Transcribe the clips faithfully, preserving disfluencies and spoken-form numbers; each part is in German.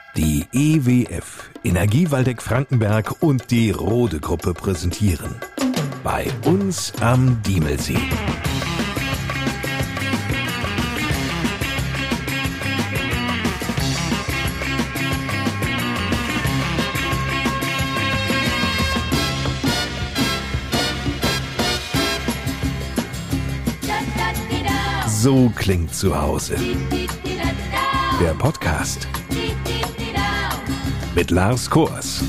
Die E W F, Energie Waldeck-Frankenberg und die Rode Gruppe präsentieren Bei uns am Diemelsee. So klingt zu Hause. Der Podcast mit Lars Kors.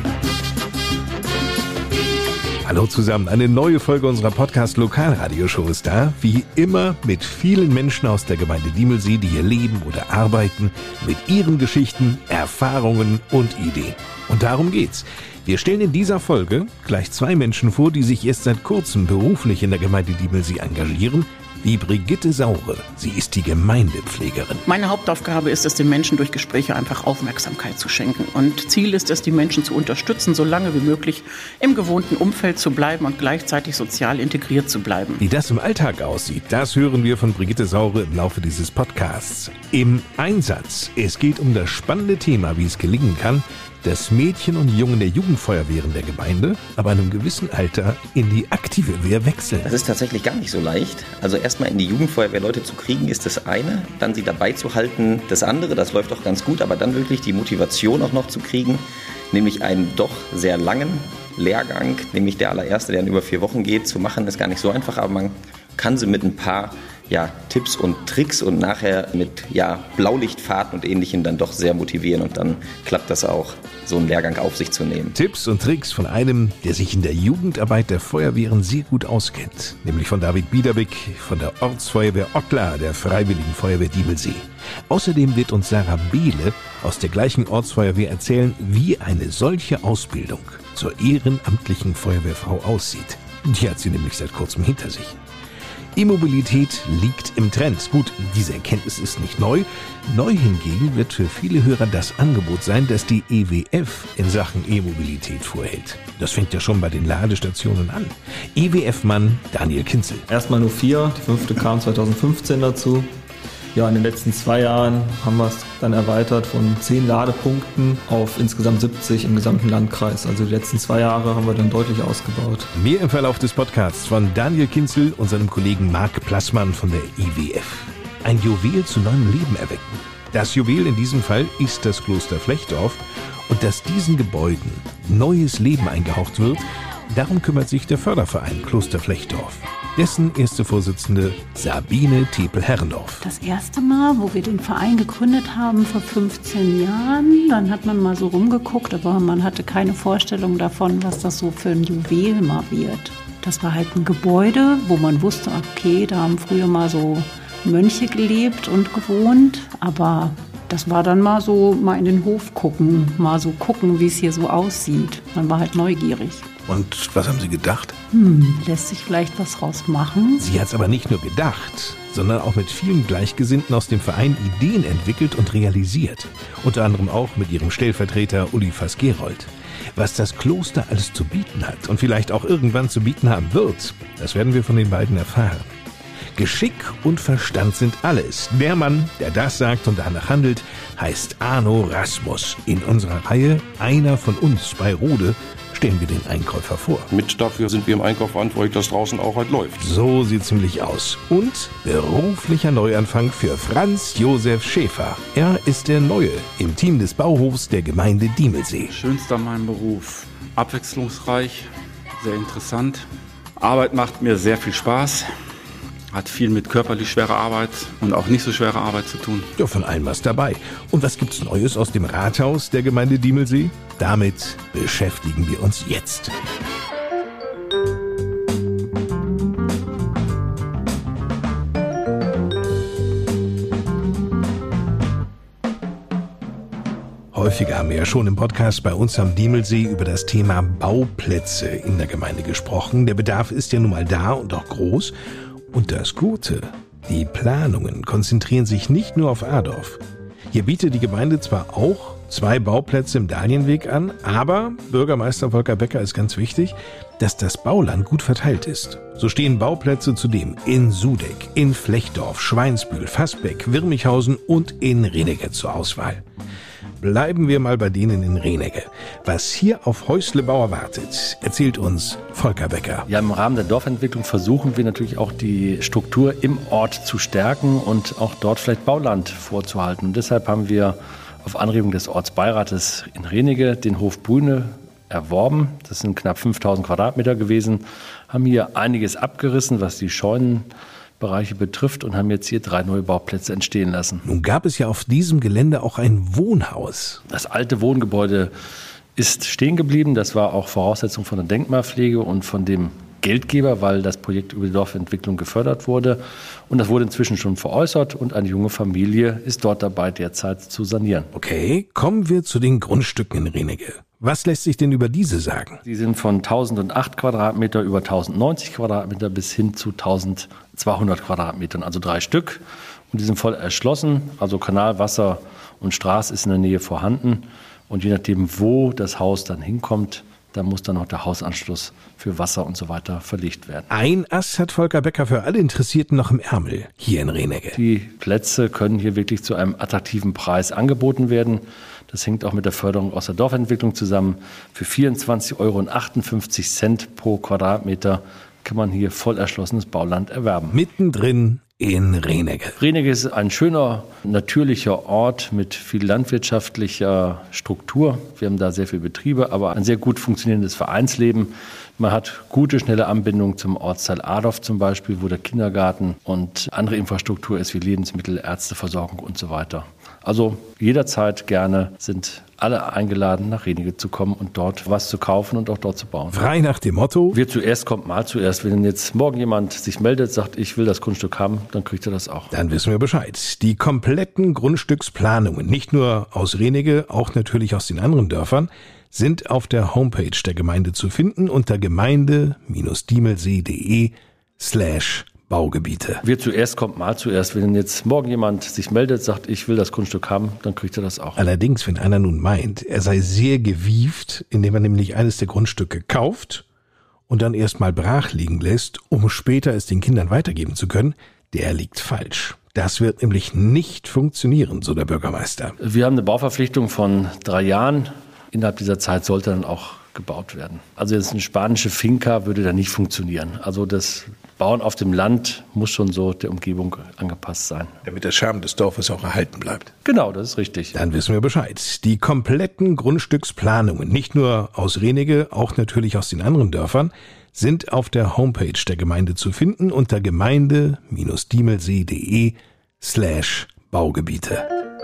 Hallo zusammen, eine neue Folge unserer Podcast-Lokalradioshow ist da. Wie immer mit vielen Menschen aus der Gemeinde Diemelsee, die hier leben oder arbeiten, mit ihren Geschichten, Erfahrungen und Ideen. Und darum geht's. Wir stellen in dieser Folge gleich zwei Menschen vor, die sich erst seit kurzem beruflich in der Gemeinde Diemelsee engagieren. Wie Brigitte Saure. Sie ist die Gemeindepflegerin. Meine Hauptaufgabe ist es, den Menschen durch Gespräche einfach Aufmerksamkeit zu schenken. Und Ziel ist es, die Menschen zu unterstützen, so lange wie möglich im gewohnten Umfeld zu bleiben und gleichzeitig sozial integriert zu bleiben. Wie das im Alltag aussieht, das hören wir von Brigitte Saure im Laufe dieses Podcasts. Im Einsatz. Es geht um das spannende Thema, wie es gelingen kann, dass Mädchen und Jungen der Jugendfeuerwehren der Gemeinde ab einem gewissen Alter in die aktive Wehr wechseln. Das ist tatsächlich gar nicht so leicht. Also erstmal in die Jugendfeuerwehr Leute zu kriegen, ist das eine. Dann sie dabei zu halten, das andere, das läuft auch ganz gut. Aber dann wirklich die Motivation auch noch zu kriegen, nämlich einen doch sehr langen Lehrgang, nämlich der allererste, der in über vier Wochen geht, zu machen, ist gar nicht so einfach. Aber man kann sie mit ein paar ja, Tipps und Tricks und nachher mit ja, Blaulichtfahrten und Ähnlichem dann doch sehr motivieren und dann klappt das auch, so einen Lehrgang auf sich zu nehmen. Tipps und Tricks von einem, der sich in der Jugendarbeit der Feuerwehren sehr gut auskennt, nämlich von David Biederbick von der Ortsfeuerwehr Ottlar der Freiwilligen Feuerwehr Diemelsee. Außerdem wird uns Sarah Behle aus der gleichen Ortsfeuerwehr erzählen, wie eine solche Ausbildung zur ehrenamtlichen Feuerwehrfrau aussieht. Die hat sie nämlich seit kurzem hinter sich. E-Mobilität liegt im Trend. Gut, diese Erkenntnis ist nicht neu. Neu hingegen wird für viele Hörer das Angebot sein, das die E W F in Sachen E-Mobilität vorhält. Das fängt ja schon bei den Ladestationen an. E W F-Mann Daniel Kinzel. Erstmal nur vier, die fünfte kam zweitausendfünfzehn dazu. Ja, in den letzten zwei Jahren haben wir es dann erweitert von zehn Ladepunkten auf insgesamt siebzig im gesamten Landkreis. Also die letzten zwei Jahre haben wir dann deutlich ausgebaut. Mehr im Verlauf des Podcasts von Daniel Kinzel und seinem Kollegen Marc Plassmann von der E W F. Ein Juwel zu neuem Leben erwecken. Das Juwel in diesem Fall ist das Kloster Flechtdorf und dass diesen Gebäuden neues Leben eingehaucht wird, darum kümmert sich der Förderverein Kloster Flechtdorf. Dessen erste Vorsitzende Sabine Tepel-Herrendorf. Das erste Mal, wo wir den Verein gegründet haben, vor fünfzehn Jahren, dann hat man mal so rumgeguckt, aber man hatte keine Vorstellung davon, was das so für ein Juwel mal wird. Das war halt ein Gebäude, wo man wusste, okay, da haben früher mal so Mönche gelebt und gewohnt, aber das war dann mal so, mal in den Hof gucken, mal so gucken, wie es hier so aussieht. Man war halt neugierig. Und was haben Sie gedacht? Hm, lässt sich vielleicht was draus machen? Sie hat es aber nicht nur gedacht, sondern auch mit vielen Gleichgesinnten aus dem Verein Ideen entwickelt und realisiert. Unter anderem auch mit ihrem Stellvertreter Uli Fass-Gerold. Was das Kloster alles zu bieten hat und vielleicht auch irgendwann zu bieten haben wird, das werden wir von den beiden erfahren. Geschick und Verstand sind alles. Der Mann, der das sagt und danach handelt, heißt Arno Rasmus. In unserer Reihe Einer von uns bei Rode stellen wir den Einkäufer vor. Mit dafür sind wir im Einkauf verantwortlich, dass draußen auch halt läuft. So sieht's nämlich aus. Und beruflicher Neuanfang für Franz Josef Schäfer. Er ist der Neue im Team des Bauhofs der Gemeinde Diemelsee. Schönster mein Beruf. Abwechslungsreich, sehr interessant. Arbeit macht mir sehr viel Spaß. Hat viel mit körperlich schwerer Arbeit und auch nicht so schwerer Arbeit zu tun. Ja, von allem was dabei. Und was gibt's Neues aus dem Rathaus der Gemeinde Diemelsee? Damit beschäftigen wir uns jetzt. Häufiger haben wir ja schon im Podcast bei uns am Diemelsee über das Thema Bauplätze in der Gemeinde gesprochen. Der Bedarf ist ja nun mal da und auch groß. Und das Gute, die Planungen konzentrieren sich nicht nur auf Adorf. Hier bietet die Gemeinde zwar auch zwei Bauplätze im Dahlienweg an, aber Bürgermeister Volker Becker ist ganz wichtig, dass das Bauland gut verteilt ist. So stehen Bauplätze zudem in Sudeck, in Flechtdorf, Schweinsbühl, Fassbeck, Wirmichhausen und in Renegger zur Auswahl. Bleiben wir mal bei denen in Renegge. Was hier auf Häuslebauer wartet, erzählt uns Volker Becker. Ja, im Rahmen der Dorfentwicklung versuchen wir natürlich auch die Struktur im Ort zu stärken und auch dort vielleicht Bauland vorzuhalten. Und deshalb haben wir auf Anregung des Ortsbeirates in Renegge den Hof Brüne erworben. Das sind knapp fünftausend Quadratmeter gewesen, haben hier einiges abgerissen, was die Scheunenbereiche betrifft und haben jetzt hier drei neue Bauplätze entstehen lassen. Nun gab es ja auf diesem Gelände auch ein Wohnhaus. Das alte Wohngebäude ist stehen geblieben. Das war auch Voraussetzung von der Denkmalpflege und von dem Geldgeber, weil das Projekt über die Dorfentwicklung gefördert wurde. Und das wurde inzwischen schon veräußert und eine junge Familie ist dort dabei, derzeit zu sanieren. Okay, kommen wir zu den Grundstücken in Renegge. Was lässt sich denn über diese sagen? Die sind von tausendacht Quadratmeter über tausendneunzig Quadratmeter bis hin zu tausendzweihundert Quadratmetern, also drei Stück. Und die sind voll erschlossen, also Kanal, Wasser und Straße ist in der Nähe vorhanden. Und je nachdem, wo das Haus dann hinkommt, da muss dann noch der Hausanschluss für Wasser und so weiter verlegt werden. Ein Ass hat Volker Becker für alle Interessierten noch im Ärmel, hier in Renegge. Die Plätze können hier wirklich zu einem attraktiven Preis angeboten werden. Das hängt auch mit der Förderung aus der Dorfentwicklung zusammen. Für vierundzwanzig Euro achtundfünfzig pro Quadratmeter kann man hier voll erschlossenes Bauland erwerben. Mittendrin in Renegge. Renegge ist ein schöner, natürlicher Ort mit viel landwirtschaftlicher Struktur. Wir haben da sehr viele Betriebe, aber ein sehr gut funktionierendes Vereinsleben. Man hat gute, schnelle Anbindung zum Ortsteil Adorf zum Beispiel, wo der Kindergarten und andere Infrastruktur ist wie Lebensmittel, Ärzteversorgung und so weiter. Also jederzeit gerne sind alle eingeladen, nach Renegge zu kommen und dort was zu kaufen und auch dort zu bauen. Frei nach dem Motto: Wer zuerst kommt, mal zuerst. Wenn jetzt morgen jemand sich meldet, sagt, ich will das Grundstück haben, dann kriegt er das auch. Dann wissen wir Bescheid. Die kompletten Grundstücksplanungen, nicht nur aus Renegge, auch natürlich aus den anderen Dörfern, sind auf der Homepage der Gemeinde zu finden unter gemeinde-diemelsee.de slash Baugebiete. Wer zuerst kommt, mal zuerst. Wenn jetzt morgen jemand sich meldet, sagt, ich will das Grundstück haben, dann kriegt er das auch. Allerdings, wenn einer nun meint, er sei sehr gewieft, indem er nämlich eines der Grundstücke kauft und dann erstmal brach liegen lässt, um später es den Kindern weitergeben zu können, der liegt falsch. Das wird nämlich nicht funktionieren, so der Bürgermeister. Wir haben eine Bauverpflichtung von drei Jahren. Innerhalb dieser Zeit sollte dann auch gebaut werden. Also jetzt eine spanische Finca würde da nicht funktionieren. Also das Bauen auf dem Land muss schon so der Umgebung angepasst sein. Damit der Charme des Dorfes auch erhalten bleibt. Genau, das ist richtig. Dann wissen wir Bescheid. Die kompletten Grundstücksplanungen, nicht nur aus Renegge, auch natürlich aus den anderen Dörfern, sind auf der Homepage der Gemeinde zu finden unter gemeinde-diemelsee.de slash Baugebiete.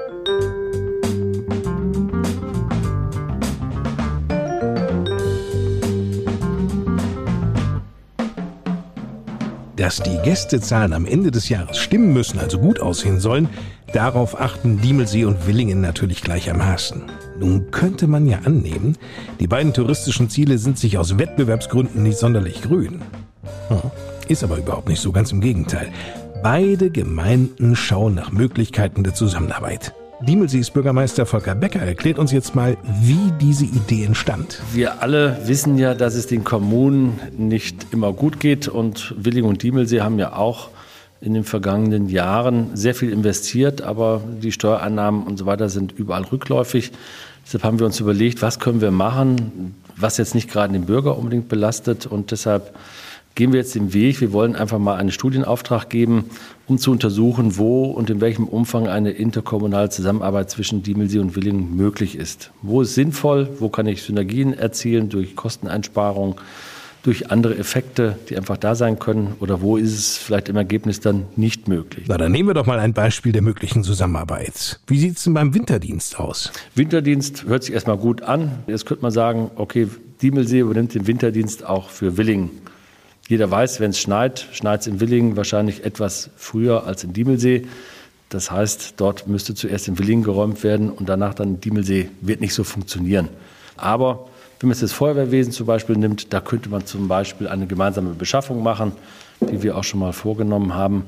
Dass die Gästezahlen am Ende des Jahres stimmen müssen, also gut aussehen sollen, darauf achten Diemelsee und Willingen natürlich gleichermaßen. Nun könnte man ja annehmen, die beiden touristischen Ziele sind sich aus Wettbewerbsgründen nicht sonderlich grün. Hm, ist aber überhaupt nicht so, ganz im Gegenteil. Beide Gemeinden schauen nach Möglichkeiten der Zusammenarbeit. Diemelsees Bürgermeister Volker Becker erklärt uns jetzt mal, wie diese Idee entstand. Wir alle wissen ja, dass es den Kommunen nicht immer gut geht und Willingen und Diemelsee haben ja auch in den vergangenen Jahren sehr viel investiert, aber die Steuereinnahmen und so weiter sind überall rückläufig. Deshalb haben wir uns überlegt, was können wir machen, was jetzt nicht gerade den Bürger unbedingt belastet und deshalb gehen wir jetzt den Weg. Wir wollen einfach mal einen Studienauftrag geben, um zu untersuchen, wo und in welchem Umfang eine interkommunale Zusammenarbeit zwischen Diemelsee und Willingen möglich ist. Wo ist sinnvoll, wo kann ich Synergien erzielen durch Kosteneinsparungen, durch andere Effekte, die einfach da sein können, oder wo ist es vielleicht im Ergebnis dann nicht möglich. Na, dann nehmen wir doch mal ein Beispiel der möglichen Zusammenarbeit. Wie sieht es denn beim Winterdienst aus? Winterdienst hört sich erstmal gut an. Jetzt könnte man sagen, okay, Diemelsee übernimmt den Winterdienst auch für Willingen. Jeder weiß, wenn es schneit, schneit es in Willingen wahrscheinlich etwas früher als in Diemelsee. Das heißt, dort müsste zuerst in Willingen geräumt werden und danach dann in Diemelsee. Wird nicht so funktionieren. Aber wenn man jetzt das Feuerwehrwesen zum Beispiel nimmt, da könnte man zum Beispiel eine gemeinsame Beschaffung machen, die wir auch schon mal vorgenommen haben.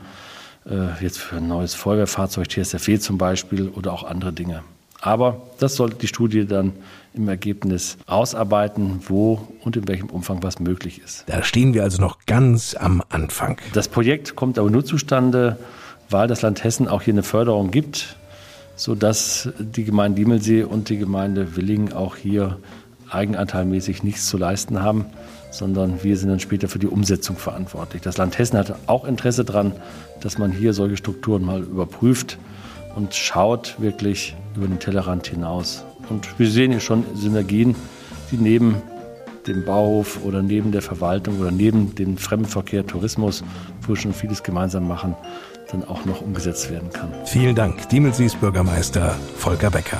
Äh, jetzt für ein neues Feuerwehrfahrzeug, T S F W zum Beispiel oder auch andere Dinge. Aber das sollte die Studie dann im Ergebnis ausarbeiten, wo und in welchem Umfang was möglich ist. Da stehen wir also noch ganz am Anfang. Das Projekt kommt aber nur zustande, weil das Land Hessen auch hier eine Förderung gibt sodass die Gemeinde Diemelsee und die Gemeinde Willingen auch hier eigenanteilmäßig nichts zu leisten haben, sondern wir sind dann später für die Umsetzung verantwortlich. Das Land Hessen hat auch Interesse daran, dass man hier solche Strukturen mal überprüft und schaut wirklich über den Tellerrand hinaus. Und wir sehen hier schon Synergien, die neben dem Bauhof oder neben der Verwaltung oder neben dem Fremdenverkehr, Tourismus, wo wir schon vieles gemeinsam machen, dann auch noch umgesetzt werden kann. Vielen Dank, Diemelsees Bürgermeister Volker Becker.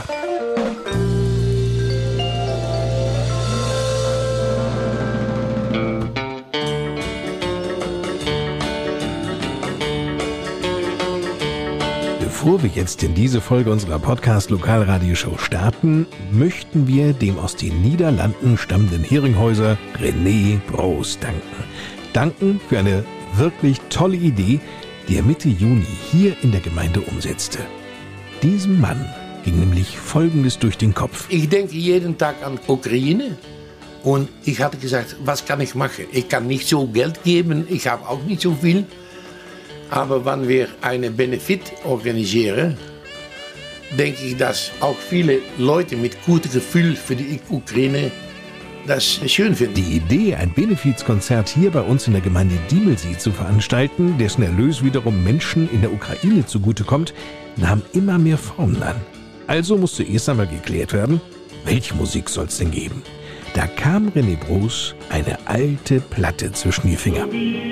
Bevor wir jetzt in diese Folge unserer Podcast-Lokalradioshow starten, möchten wir dem aus den Niederlanden stammenden Heringhäuser René Broos danken. Danken für eine wirklich tolle Idee, die er Mitte Juni hier in der Gemeinde umsetzte. Diesem Mann ging nämlich Folgendes durch den Kopf. Ich denke jeden Tag an Ukraine und ich hatte gesagt, was kann ich machen? Ich kann nicht so Geld geben, ich habe auch nicht so viel. Aber wenn wir einen Benefit organisieren, denke ich, dass auch viele Leute mit gutem Gefühl für die Ukraine das schön finden. Die Idee, ein Benefizkonzert hier bei uns in der Gemeinde Diemelsee zu veranstalten, dessen Erlös wiederum Menschen in der Ukraine zugutekommt, nahm immer mehr Formen an. Also musste erst einmal geklärt werden, welche Musik soll es denn geben? Da kam René Broos eine alte Platte zwischen die Finger.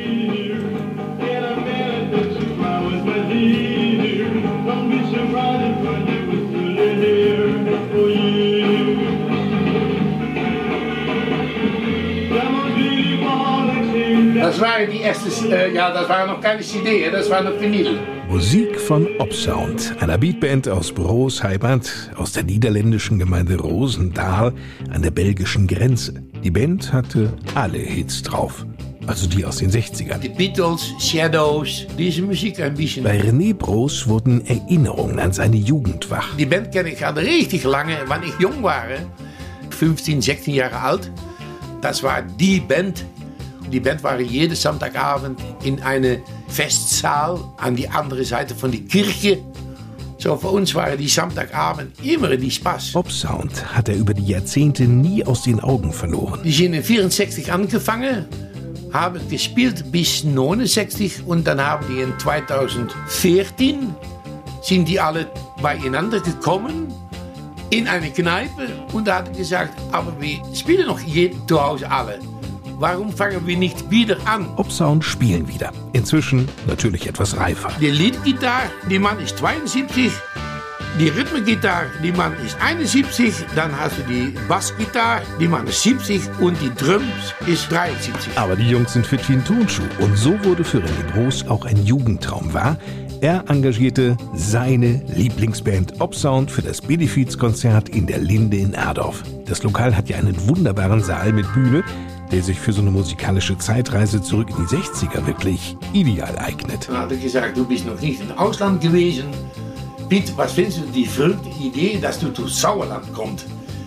Das waren die ersten, äh, ja, das waren noch keine C D, das war noch Vinyl. Musik von Opsound, einer Beatband aus Broos Heimat, aus der niederländischen Gemeinde Rosendaal an der belgischen Grenze. Die Band hatte alle Hits drauf, also die aus den sechzigern. Die Beatles, Shadows, diese Musik ein bisschen. Bei René Broos wurden Erinnerungen an seine Jugend wach. Die Band kenne ich al richtig lange, wann ich jung war, fünfzehn, sechzehn Jahre alt. Das war die Band. Die Band war jeden Sonntagabend in eine Festsaal an die andere Seite von der Kirche. So, für uns waren die Sonntagabend immer die Spaß. Opsound hat er über die Jahrzehnte nie aus den Augen verloren. Die sind in vierundsechzig angefangen, haben gespielt bis neunundsechzig und dann haben die in zweitausendvierzehn sind die alle beieinander gekommen in eine Kneipe und da hat er gesagt, aber wir spielen noch jeden zu Hause alle. Warum fangen wir nicht wieder an? Opsound spielen wieder. Inzwischen natürlich etwas reifer. Die Leadgitarre, die Mann ist zweiundsiebzig. Die Rhythmusgitarre, die Mann ist einundsiebzig. Dann hast du die Bassgitarre, die Mann ist siebzig. Und die Drums ist dreiundsiebzig. Aber die Jungs sind fit wie ein Turnschuh. Und so wurde für René Broos auch ein Jugendtraum wahr. Er engagierte seine Lieblingsband Opsound für das Benefizkonzert in der Linde in Adorf. Das Lokal hat ja einen wunderbaren Saal mit Bühne, der sich für so eine musikalische Zeitreise zurück in die sechziger wirklich ideal eignet. Dann hat er gesagt, du bist noch nicht im Ausland gewesen. Piet, was findest du die verrückte Idee, dass du zu Sauerland kommst?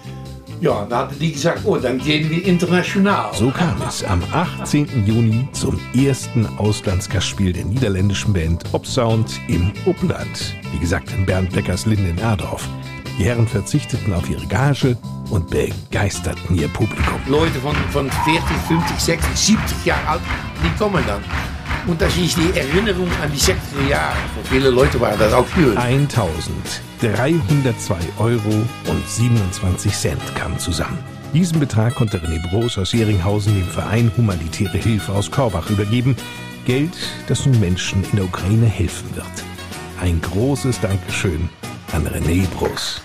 Ja, dann hat die gesagt, oh, dann gehen wir international. So kam es am achtzehnten Juni zum ersten Auslandsgastspiel der niederländischen Band Opsound im Upland. Wie gesagt, in Bernd Beckers Linde in Adorf. Die Herren verzichteten auf ihre Gage und begeisterten ihr Publikum. Leute von, von vierzig, fünfzig, sechzig, siebzig Jahre alt, die kommen dann. Und das ist die Erinnerung an die sechziger Jahre. Für viele Leute war das auch schön. eintausenddreihundertzwei Euro und siebenundzwanzig Cent kamen zusammen. Diesen Betrag konnte René Broos aus Jeringhausen dem Verein Humanitäre Hilfe aus Korbach übergeben. Geld, das nun Menschen in der Ukraine helfen wird. Ein großes Dankeschön an René Broos.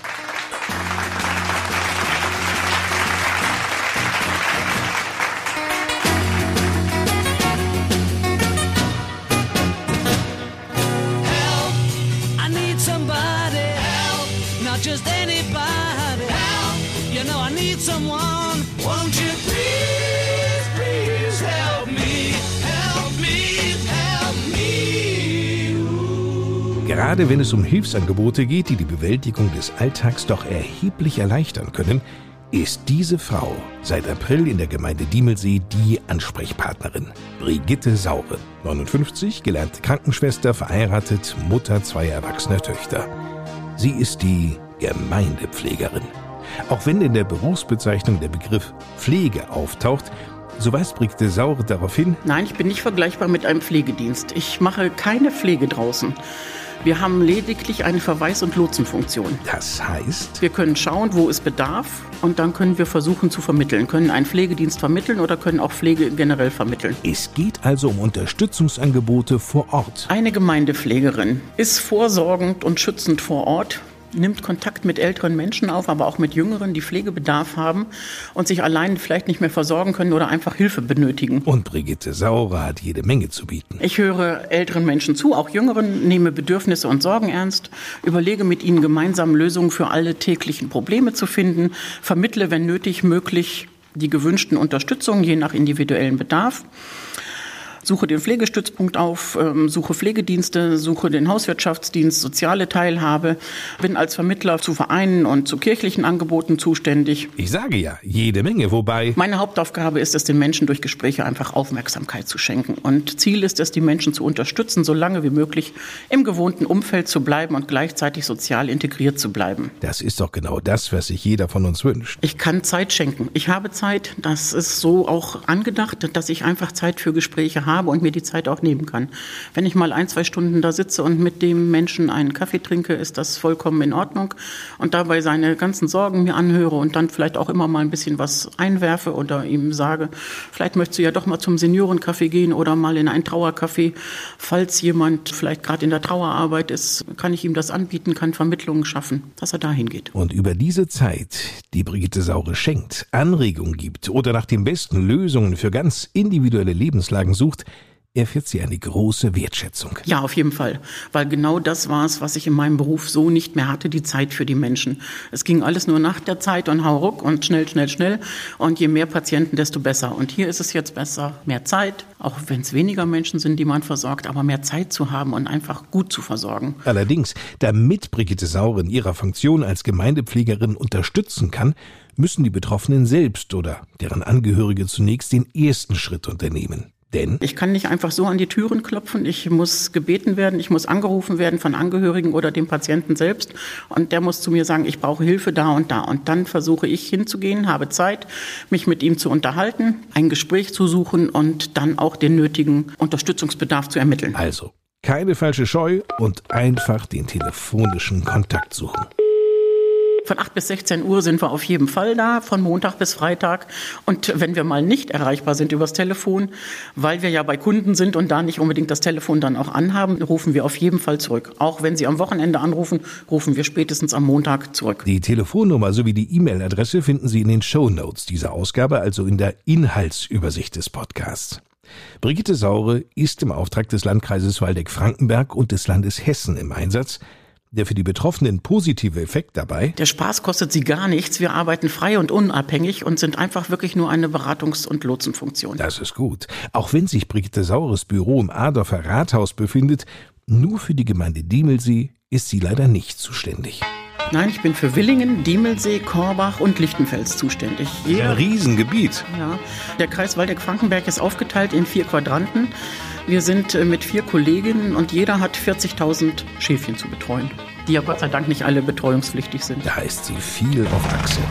Gerade wenn es um Hilfsangebote geht, die die Bewältigung des Alltags doch erheblich erleichtern können, ist diese Frau seit April in der Gemeinde Diemelsee die Ansprechpartnerin. Brigitte Saure, neunundfünfzig, gelernte Krankenschwester, verheiratet, Mutter zweier erwachsener Töchter. Sie ist die Gemeindepflegerin. Auch wenn in der Berufsbezeichnung der Begriff Pflege auftaucht, so weist Brigitte Saure darauf hin: Nein, ich bin nicht vergleichbar mit einem Pflegedienst. Ich mache keine Pflege draußen. Wir haben lediglich eine Verweis- und Lotsenfunktion. Das heißt? Wir können schauen, wo es bedarf, und dann können wir versuchen zu vermitteln. Können einen Pflegedienst vermitteln oder können auch Pflege generell vermitteln. Es geht also um Unterstützungsangebote vor Ort. Eine Gemeindepflegerin ist vorsorgend und schützend vor Ort, nimmt Kontakt mit älteren Menschen auf, aber auch mit Jüngeren, die Pflegebedarf haben und sich allein vielleicht nicht mehr versorgen können oder einfach Hilfe benötigen. Und Brigitte Saure hat jede Menge zu bieten. Ich höre älteren Menschen zu, auch Jüngeren, nehme Bedürfnisse und Sorgen ernst, überlege mit ihnen gemeinsam Lösungen für alle täglichen Probleme zu finden, vermittle, wenn nötig, möglich die gewünschten Unterstützungen, je nach individuellem Bedarf. Suche den Pflegestützpunkt auf, suche Pflegedienste, suche den Hauswirtschaftsdienst, soziale Teilhabe, bin als Vermittler zu Vereinen und zu kirchlichen Angeboten zuständig. Ich sage ja, jede Menge, wobei... Meine Hauptaufgabe ist es, den Menschen durch Gespräche einfach Aufmerksamkeit zu schenken. Und Ziel ist es, die Menschen zu unterstützen, so lange wie möglich im gewohnten Umfeld zu bleiben und gleichzeitig sozial integriert zu bleiben. Das ist doch genau das, was sich jeder von uns wünscht. Ich kann Zeit schenken. Ich habe Zeit. Das ist so auch angedacht, dass ich einfach Zeit für Gespräche habe und mir die Zeit auch nehmen kann. Wenn ich mal ein, zwei Stunden da sitze und mit dem Menschen einen Kaffee trinke, ist das vollkommen in Ordnung und dabei seine ganzen Sorgen mir anhöre und dann vielleicht auch immer mal ein bisschen was einwerfe oder ihm sage, vielleicht möchtest du ja doch mal zum Seniorencafé gehen oder mal in ein Trauercafé. Falls jemand vielleicht gerade in der Trauerarbeit ist, kann ich ihm das anbieten, kann Vermittlungen schaffen, dass er dahin geht. Und über diese Zeit, die Brigitte Saure schenkt, Anregungen gibt oder nach den besten Lösungen für ganz individuelle Lebenslagen sucht, erfährt sie eine große Wertschätzung. Ja, auf jeden Fall. Weil genau das war es, was ich in meinem Beruf so nicht mehr hatte, die Zeit für die Menschen. Es ging alles nur nach der Zeit und hauruck und schnell, schnell, schnell. Und je mehr Patienten, desto besser. Und hier ist es jetzt besser, mehr Zeit, auch wenn es weniger Menschen sind, die man versorgt, aber mehr Zeit zu haben und einfach gut zu versorgen. Allerdings, damit Brigitte Saure in ihrer Funktion als Gemeindepflegerin unterstützen kann, müssen die Betroffenen selbst oder deren Angehörige zunächst den ersten Schritt unternehmen. Denn ich kann nicht einfach so an die Türen klopfen. Ich muss gebeten werden, ich muss angerufen werden von Angehörigen oder dem Patienten selbst. Und der muss zu mir sagen, ich brauche Hilfe da und da. Und dann versuche ich hinzugehen, habe Zeit, mich mit ihm zu unterhalten, ein Gespräch zu suchen und dann auch den nötigen Unterstützungsbedarf zu ermitteln. Also, keine falsche Scheu und einfach den telefonischen Kontakt suchen. Von acht bis sechzehn Uhr sind wir auf jeden Fall da, von Montag bis Freitag. Und wenn wir mal nicht erreichbar sind übers Telefon, weil wir ja bei Kunden sind und da nicht unbedingt das Telefon dann auch anhaben, rufen wir auf jeden Fall zurück. Auch wenn Sie am Wochenende anrufen, rufen wir spätestens am Montag zurück. Die Telefonnummer sowie die E-Mail-Adresse finden Sie in den Shownotes dieser Ausgabe, also in der Inhaltsübersicht des Podcasts. Brigitte Saure ist im Auftrag des Landkreises Waldeck-Frankenberg und des Landes Hessen im Einsatz. Der für die Betroffenen positive Effekt dabei: Der Spaß kostet sie gar nichts. Wir arbeiten frei und unabhängig und sind einfach wirklich nur eine Beratungs- und Lotsenfunktion. Das ist gut. Auch wenn sich Brigitte Saures Büro im Adorfer Rathaus befindet, nur für die Gemeinde Diemelsee ist sie leider nicht zuständig. Nein, ich bin für Willingen, Diemelsee, Korbach und Lichtenfels zuständig. Jeder, ein Riesengebiet. Ja, der Kreis Waldeck-Frankenberg ist aufgeteilt in vier Quadranten. Wir sind mit vier Kolleginnen und jeder hat vierzigtausend Schäfchen zu betreuen, die ja Gott sei Dank nicht alle betreuungspflichtig sind. Da ist sie viel auf Achse.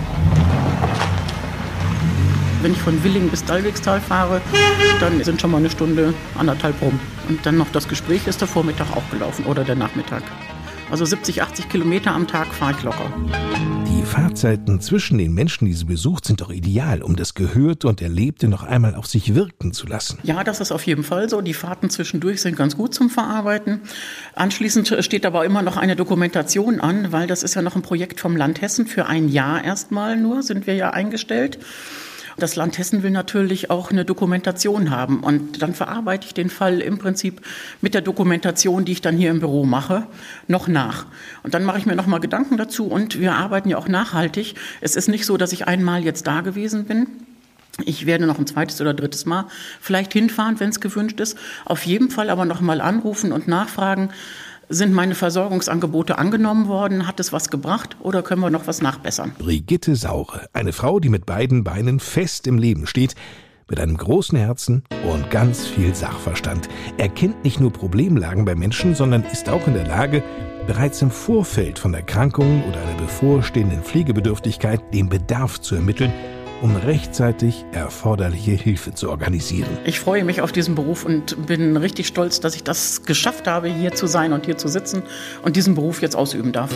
Wenn ich von Willingen bis Dallwegstal fahre, dann sind schon mal eine Stunde, anderthalb rum. Und dann noch das Gespräch ist der Vormittag auch gelaufen oder der Nachmittag. Also siebzig, achtzig Kilometer am Tag fahre ich locker. Die Fahrzeiten zwischen den Menschen, die sie besucht, sind doch ideal, um das Gehörte und Erlebte noch einmal auf sich wirken zu lassen. Ja, das ist auf jeden Fall so. Die Fahrten zwischendurch sind ganz gut zum Verarbeiten. Anschließend steht aber immer noch eine Dokumentation an, weil das ist ja noch ein Projekt vom Land Hessen. Für ein Jahr erstmal nur sind wir ja eingestellt. Das Land Hessen will natürlich auch eine Dokumentation haben und dann verarbeite ich den Fall im Prinzip mit der Dokumentation, die ich dann hier im Büro mache, noch nach. Und dann mache ich mir noch mal Gedanken dazu und wir arbeiten ja auch nachhaltig. Es ist nicht so, dass ich einmal jetzt da gewesen bin. Ich werde noch ein zweites oder drittes Mal vielleicht hinfahren, wenn es gewünscht ist. Auf jeden Fall aber noch mal anrufen und nachfragen, sind meine Versorgungsangebote angenommen worden? Hat es was gebracht oder können wir noch was nachbessern? Brigitte Saure, eine Frau, die mit beiden Beinen fest im Leben steht, mit einem großen Herzen und ganz viel Sachverstand. Er kennt nicht nur Problemlagen bei Menschen, sondern ist auch in der Lage, bereits im Vorfeld von Erkrankungen oder einer bevorstehenden Pflegebedürftigkeit den Bedarf zu ermitteln, um rechtzeitig erforderliche Hilfe zu organisieren. Ich freue mich auf diesen Beruf und bin richtig stolz, dass ich das geschafft habe, hier zu sein und hier zu sitzen und diesen Beruf jetzt ausüben darf.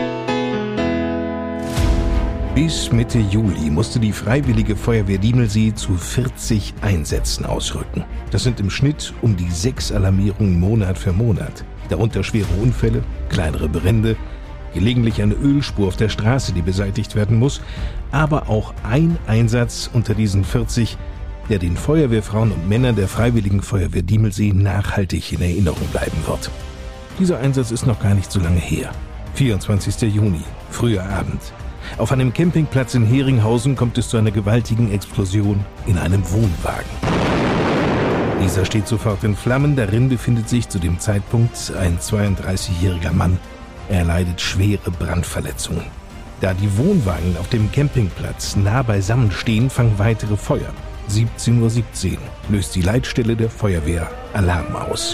Bis Mitte Juli musste die Freiwillige Feuerwehr Diemelsee zu vierzig Einsätzen ausrücken. Das sind im Schnitt um die sechs Alarmierungen Monat für Monat. Darunter schwere Unfälle, kleinere Brände, gelegentlich eine Ölspur auf der Straße, die beseitigt werden muss, aber auch ein Einsatz unter diesen vierzig, der den Feuerwehrfrauen und Männern der Freiwilligen Feuerwehr Diemelsee nachhaltig in Erinnerung bleiben wird. Dieser Einsatz ist noch gar nicht so lange her. vierundzwanzigster Juni, früher Abend. Auf einem Campingplatz in Heringhausen kommt es zu einer gewaltigen Explosion in einem Wohnwagen. Dieser steht sofort in Flammen. Darin befindet sich zu dem Zeitpunkt ein zweiunddreißigjähriger Mann. Er leidet schwere Brandverletzungen. Da die Wohnwagen auf dem Campingplatz nah beisammen stehen, fangen weitere Feuer. siebzehn Uhr siebzehn löst die Leitstelle der Feuerwehr Alarm aus.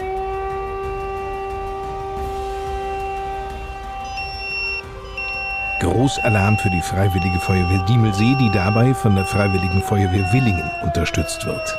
Großalarm für die Freiwillige Feuerwehr Diemelsee, die dabei von der Freiwilligen Feuerwehr Willingen unterstützt wird.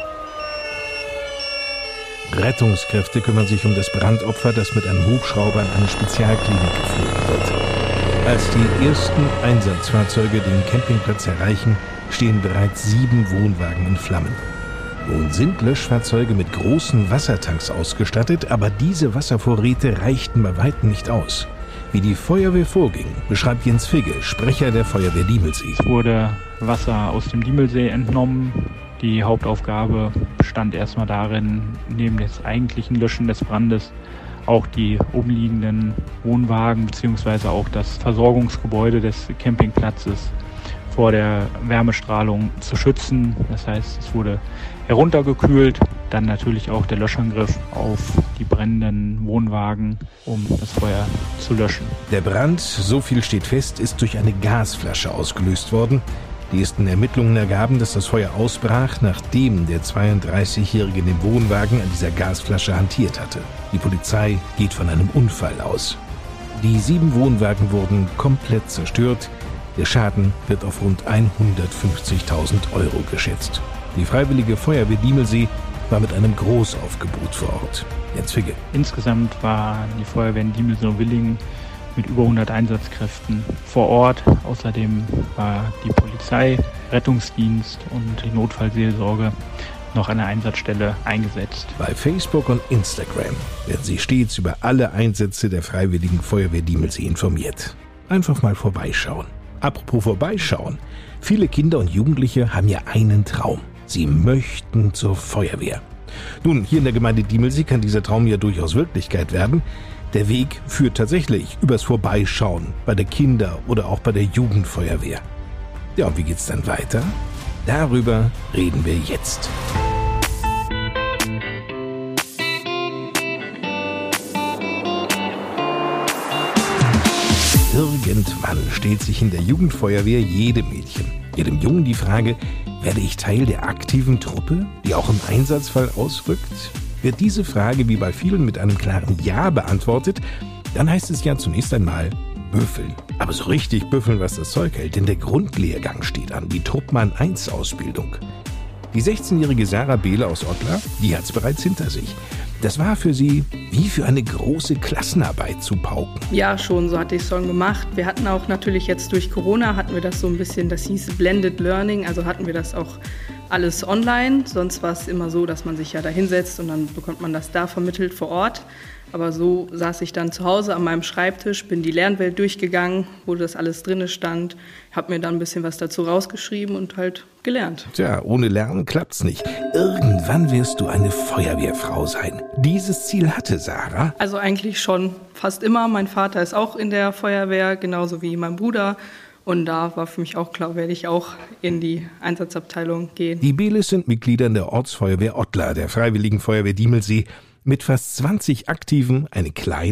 Rettungskräfte kümmern sich um das Brandopfer, das mit einem Hubschrauber in eine Spezialklinik geflogen wird. Als die ersten Einsatzfahrzeuge den Campingplatz erreichen, stehen bereits sieben Wohnwagen in Flammen. Nun sind Löschfahrzeuge mit großen Wassertanks ausgestattet, aber diese Wasservorräte reichten bei weitem nicht aus. Wie die Feuerwehr vorging, beschreibt Jens Figge, Sprecher der Feuerwehr Diemelsee. Es wurde Wasser aus dem Diemelsee entnommen. Die Hauptaufgabe bestand erstmal darin, neben des eigentlichen Löschen des Brandes auch die umliegenden Wohnwagen bzw. auch das Versorgungsgebäude des Campingplatzes vor der Wärmestrahlung zu schützen. Das heißt, es wurde heruntergekühlt, dann natürlich auch der Löschangriff auf die brennenden Wohnwagen, um das Feuer zu löschen. Der Brand, so viel steht fest, ist durch eine Gasflasche ausgelöst worden. Die ersten Ermittlungen ergaben, dass das Feuer ausbrach, nachdem der zweiunddreißigjährige den Wohnwagen an dieser Gasflasche hantiert hatte. Die Polizei geht von einem Unfall aus. Die sieben Wohnwagen wurden komplett zerstört. Der Schaden wird auf rund hundertfünfzigtausend Euro geschätzt. Die Freiwillige Feuerwehr Diemelsee war mit einem Großaufgebot vor Ort. Jens Figge. Insgesamt war die Feuerwehr in Diemelsee und Willingen mit über hundert Einsatzkräften vor Ort. Außerdem war die Polizei, Rettungsdienst und die Notfallseelsorge noch an der Einsatzstelle eingesetzt. Bei Facebook und Instagram werden Sie stets über alle Einsätze der Freiwilligen Feuerwehr Diemelsee informiert. Einfach mal vorbeischauen. Apropos vorbeischauen. Viele Kinder und Jugendliche haben ja einen Traum. Sie möchten zur Feuerwehr. Nun, hier in der Gemeinde Diemelsee kann dieser Traum ja durchaus Wirklichkeit werden. Der Weg führt tatsächlich übers Vorbeischauen bei der Kinder- oder auch bei der Jugendfeuerwehr. Ja, und wie geht's dann weiter? Darüber reden wir jetzt. Irgendwann stellt sich in der Jugendfeuerwehr jedem Mädchen, jedem Jungen die Frage, werde ich Teil der aktiven Truppe, die auch im Einsatzfall ausrückt? Wird diese Frage wie bei vielen mit einem klaren Ja beantwortet, dann heißt es ja zunächst einmal büffeln. Aber so richtig büffeln, was das Zeug hält, denn der Grundlehrgang steht an, die Truppmann eins Ausbildung. Die sechzehnjährige Sarah Behle aus Ottlar, die hat es bereits hinter sich. Das war für sie wie für eine große Klassenarbeit zu pauken. Ja, schon, so hatte ich es schon gemacht. Wir hatten auch natürlich jetzt durch Corona, hatten wir das so ein bisschen, das hieß Blended Learning, also hatten wir das auch alles online. Sonst war es immer so, dass man sich ja da hinsetzt und dann bekommt man das da vermittelt vor Ort. Aber so saß ich dann zu Hause an meinem Schreibtisch, bin die Lernwelt durchgegangen, wo das alles drin stand, habe mir dann ein bisschen was dazu rausgeschrieben und halt gelernt. Tja, ohne Lernen klappt's nicht. Irgendwann wirst du eine Feuerwehrfrau sein. Dieses Ziel hatte Sarah. Also eigentlich schon fast immer. Mein Vater ist auch in der Feuerwehr, genauso wie mein Bruder. Und da war für mich auch klar, werde ich auch in die Einsatzabteilung gehen. Die Behles sind Mitglieder in der Ortsfeuerwehr Ottlar, der Freiwilligen Feuerwehr Diemelsee. Mit fast zwanzig Aktiven eine kleine,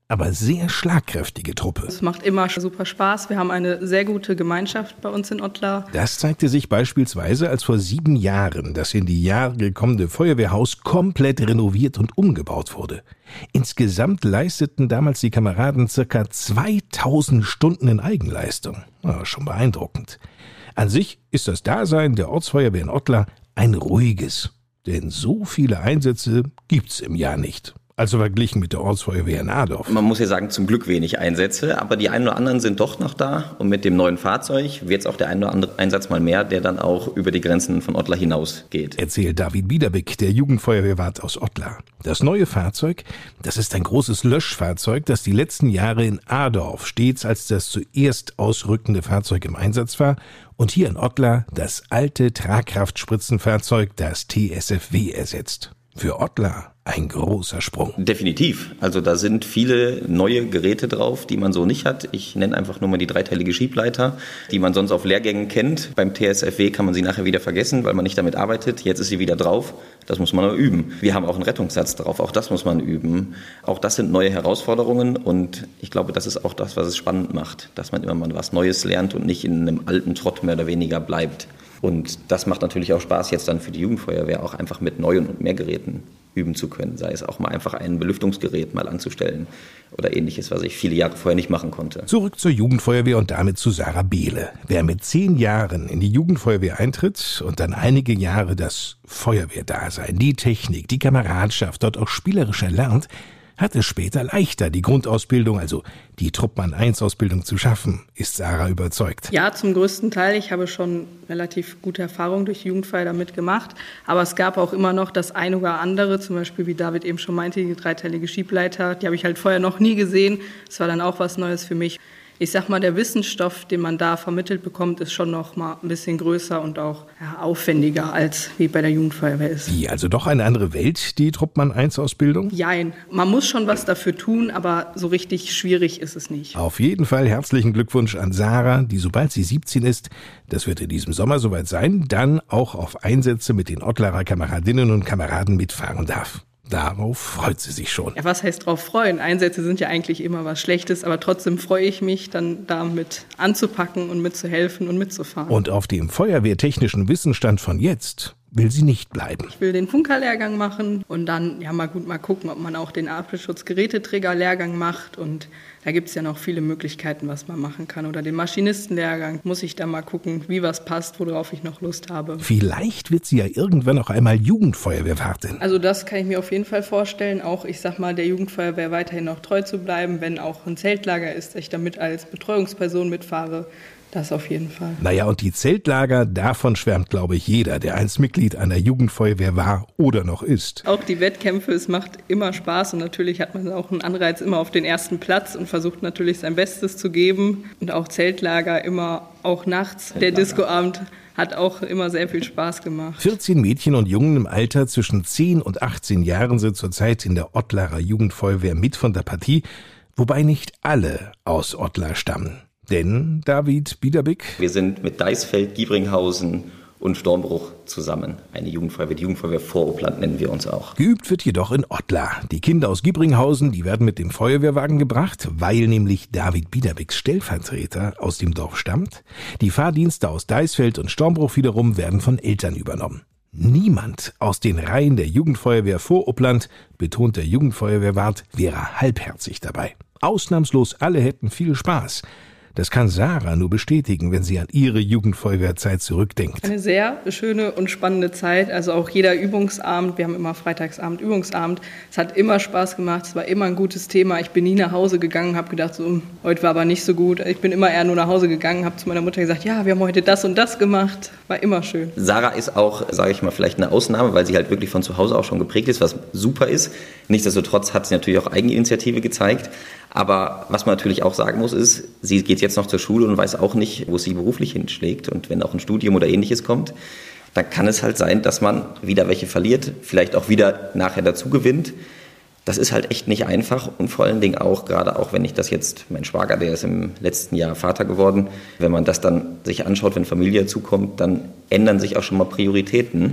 aber sehr schlagkräftige Truppe. Es macht immer super Spaß. Wir haben eine sehr gute Gemeinschaft bei uns in Ottlar. Das zeigte sich beispielsweise, als vor sieben Jahren das in die Jahre gekommene Feuerwehrhaus komplett renoviert und umgebaut wurde. Insgesamt leisteten damals die Kameraden circa zweitausend Stunden in Eigenleistung. Ja, schon beeindruckend. An sich ist das Dasein der Ortsfeuerwehr in Ottlar ein ruhiges, denn so viele Einsätze gibt's im Jahr nicht. Also verglichen mit der Ortsfeuerwehr in Adorf. Man muss ja sagen, zum Glück wenig Einsätze, aber die einen oder anderen sind doch noch da. Und mit dem neuen Fahrzeug wird es auch der ein oder andere Einsatz mal mehr, der dann auch über die Grenzen von Ottlar hinausgeht. Erzählt David Biederbeck, der Jugendfeuerwehrwart aus Ottlar. Das neue Fahrzeug, das ist ein großes Löschfahrzeug, das die letzten Jahre in Adorf stets als das zuerst ausrückende Fahrzeug im Einsatz war und hier in Ottlar das alte Tragkraftspritzenfahrzeug, das T S F W, ersetzt. Für Ottlar ein großer Sprung. Definitiv. Also da sind viele neue Geräte drauf, die man so nicht hat. Ich nenne einfach nur mal die dreiteilige Schiebleiter, die man sonst auf Lehrgängen kennt. Beim T S F W kann man sie nachher wieder vergessen, weil man nicht damit arbeitet. Jetzt ist sie wieder drauf. Das muss man aber üben. Wir haben auch einen Rettungssatz drauf. Auch das muss man üben. Auch das sind neue Herausforderungen und ich glaube, das ist auch das, was es spannend macht, dass man immer mal was Neues lernt und nicht in einem alten Trott mehr oder weniger bleibt. Und das macht natürlich auch Spaß, jetzt dann für die Jugendfeuerwehr auch einfach mit neuen und mehr Geräten üben zu können. Sei es auch mal einfach ein Belüftungsgerät mal anzustellen oder ähnliches, was ich viele Jahre vorher nicht machen konnte. Zurück zur Jugendfeuerwehr und damit zu Sarah Behle. Wer mit zehn Jahren in die Jugendfeuerwehr eintritt und dann einige Jahre das Feuerwehrdasein, die Technik, die Kameradschaft dort auch spielerisch erlernt, hat es später leichter, die Grundausbildung, also die Truppmann eins Ausbildung zu schaffen, ist Sarah überzeugt. Ja, zum größten Teil. Ich habe schon relativ gute Erfahrungen durch die Jugendfeuer damit gemacht. Aber es gab auch immer noch das ein oder andere, zum Beispiel, wie David eben schon meinte, die dreiteilige Schiebleiter. Die habe ich halt vorher noch nie gesehen. Das war dann auch was Neues für mich. Ich sag mal, der Wissensstoff, den man da vermittelt bekommt, ist schon noch mal ein bisschen größer und auch ja, aufwendiger, als wie bei der Jugendfeuerwehr ist. Wie, also doch eine andere Welt, die Truppmann eins Ausbildung? Jein. Man muss schon was dafür tun, aber so richtig schwierig ist es nicht. Auf jeden Fall herzlichen Glückwunsch an Sarah, die sobald sie siebzehn ist, das wird in diesem Sommer soweit sein, dann auch auf Einsätze mit den Ottlarer Kameradinnen und Kameraden mitfahren darf. Darauf freut sie sich schon. Ja, was heißt drauf freuen? Einsätze sind ja eigentlich immer was Schlechtes, aber trotzdem freue ich mich, dann damit anzupacken und mitzuhelfen und mitzufahren. Und auf dem feuerwehrtechnischen Wissensstand von jetzt will sie nicht bleiben. Ich will den Funkerlehrgang machen und dann ja mal gut mal gucken, ob man auch den Atemschutzgeräteträgerlehrgang macht. Und da gibt es ja noch viele Möglichkeiten, was man machen kann. Oder den Maschinistenlehrgang muss ich da mal gucken, wie was passt, worauf ich noch Lust habe. Vielleicht wird sie ja irgendwann auch einmal Jugendfeuerwehrwartin. Also das kann ich mir auf jeden Fall vorstellen. Auch, ich sag mal, der Jugendfeuerwehr weiterhin noch treu zu bleiben, wenn auch ein Zeltlager ist, dass ich damit als Betreuungsperson mitfahre. Das auf jeden Fall. Naja, und die Zeltlager, davon schwärmt, glaube ich, jeder, der einst Mitglied einer Jugendfeuerwehr war oder noch ist. Auch die Wettkämpfe, es macht immer Spaß und natürlich hat man auch einen Anreiz immer auf den ersten Platz und versucht natürlich sein Bestes zu geben. Und auch Zeltlager immer, auch nachts, Zeltlager. Der Discoabend hat auch immer sehr viel Spaß gemacht. vierzehn Mädchen und Jungen im Alter zwischen zehn und achtzehn Jahren sind zurzeit in der Ottlarer Jugendfeuerwehr mit von der Partie, wobei nicht alle aus Ottlar stammen. Denn, David Biederbeck? Wir sind mit Deisfeld, Giebringhausen und Stormbruch zusammen. Eine Jugendfeuerwehr, die Jugendfeuerwehr Voroppland nennen wir uns auch. Geübt wird jedoch in Ottlar. Die Kinder aus Giebringhausen, die werden mit dem Feuerwehrwagen gebracht, weil nämlich David Biederbecks Stellvertreter aus dem Dorf stammt. Die Fahrdienste aus Deisfeld und Stormbruch wiederum werden von Eltern übernommen. Niemand aus den Reihen der Jugendfeuerwehr Voroppland, betont der Jugendfeuerwehrwart, wäre halbherzig dabei. Ausnahmslos alle hätten viel Spaß. Das kann Sarah nur bestätigen, wenn sie an ihre Jugendfeuerwehrzeit zurückdenkt. Eine sehr schöne und spannende Zeit. Also auch jeder Übungsabend. Wir haben immer Freitagsabend, Übungsabend. Es hat immer Spaß gemacht. Es war immer ein gutes Thema. Ich bin nie nach Hause gegangen, habe gedacht, so, heute war aber nicht so gut. Ich bin immer eher nur nach Hause gegangen, habe zu meiner Mutter gesagt, ja, wir haben heute das und das gemacht. War immer schön. Sarah ist auch, sage ich mal, vielleicht eine Ausnahme, weil sie halt wirklich von zu Hause auch schon geprägt ist, was super ist. Nichtsdestotrotz hat sie natürlich auch Eigeninitiative gezeigt. Aber was man natürlich auch sagen muss, ist, sie geht jetzt noch zur Schule und weiß auch nicht, wo es sie beruflich hinschlägt. Und wenn auch ein Studium oder Ähnliches kommt, dann kann es halt sein, dass man wieder welche verliert, vielleicht auch wieder nachher dazu gewinnt. Das ist halt echt nicht einfach und vor allen Dingen auch, gerade auch wenn ich das jetzt, mein Schwager, der ist im letzten Jahr Vater geworden, wenn man das dann sich anschaut, wenn Familie dazukommt, dann ändern sich auch schon mal Prioritäten.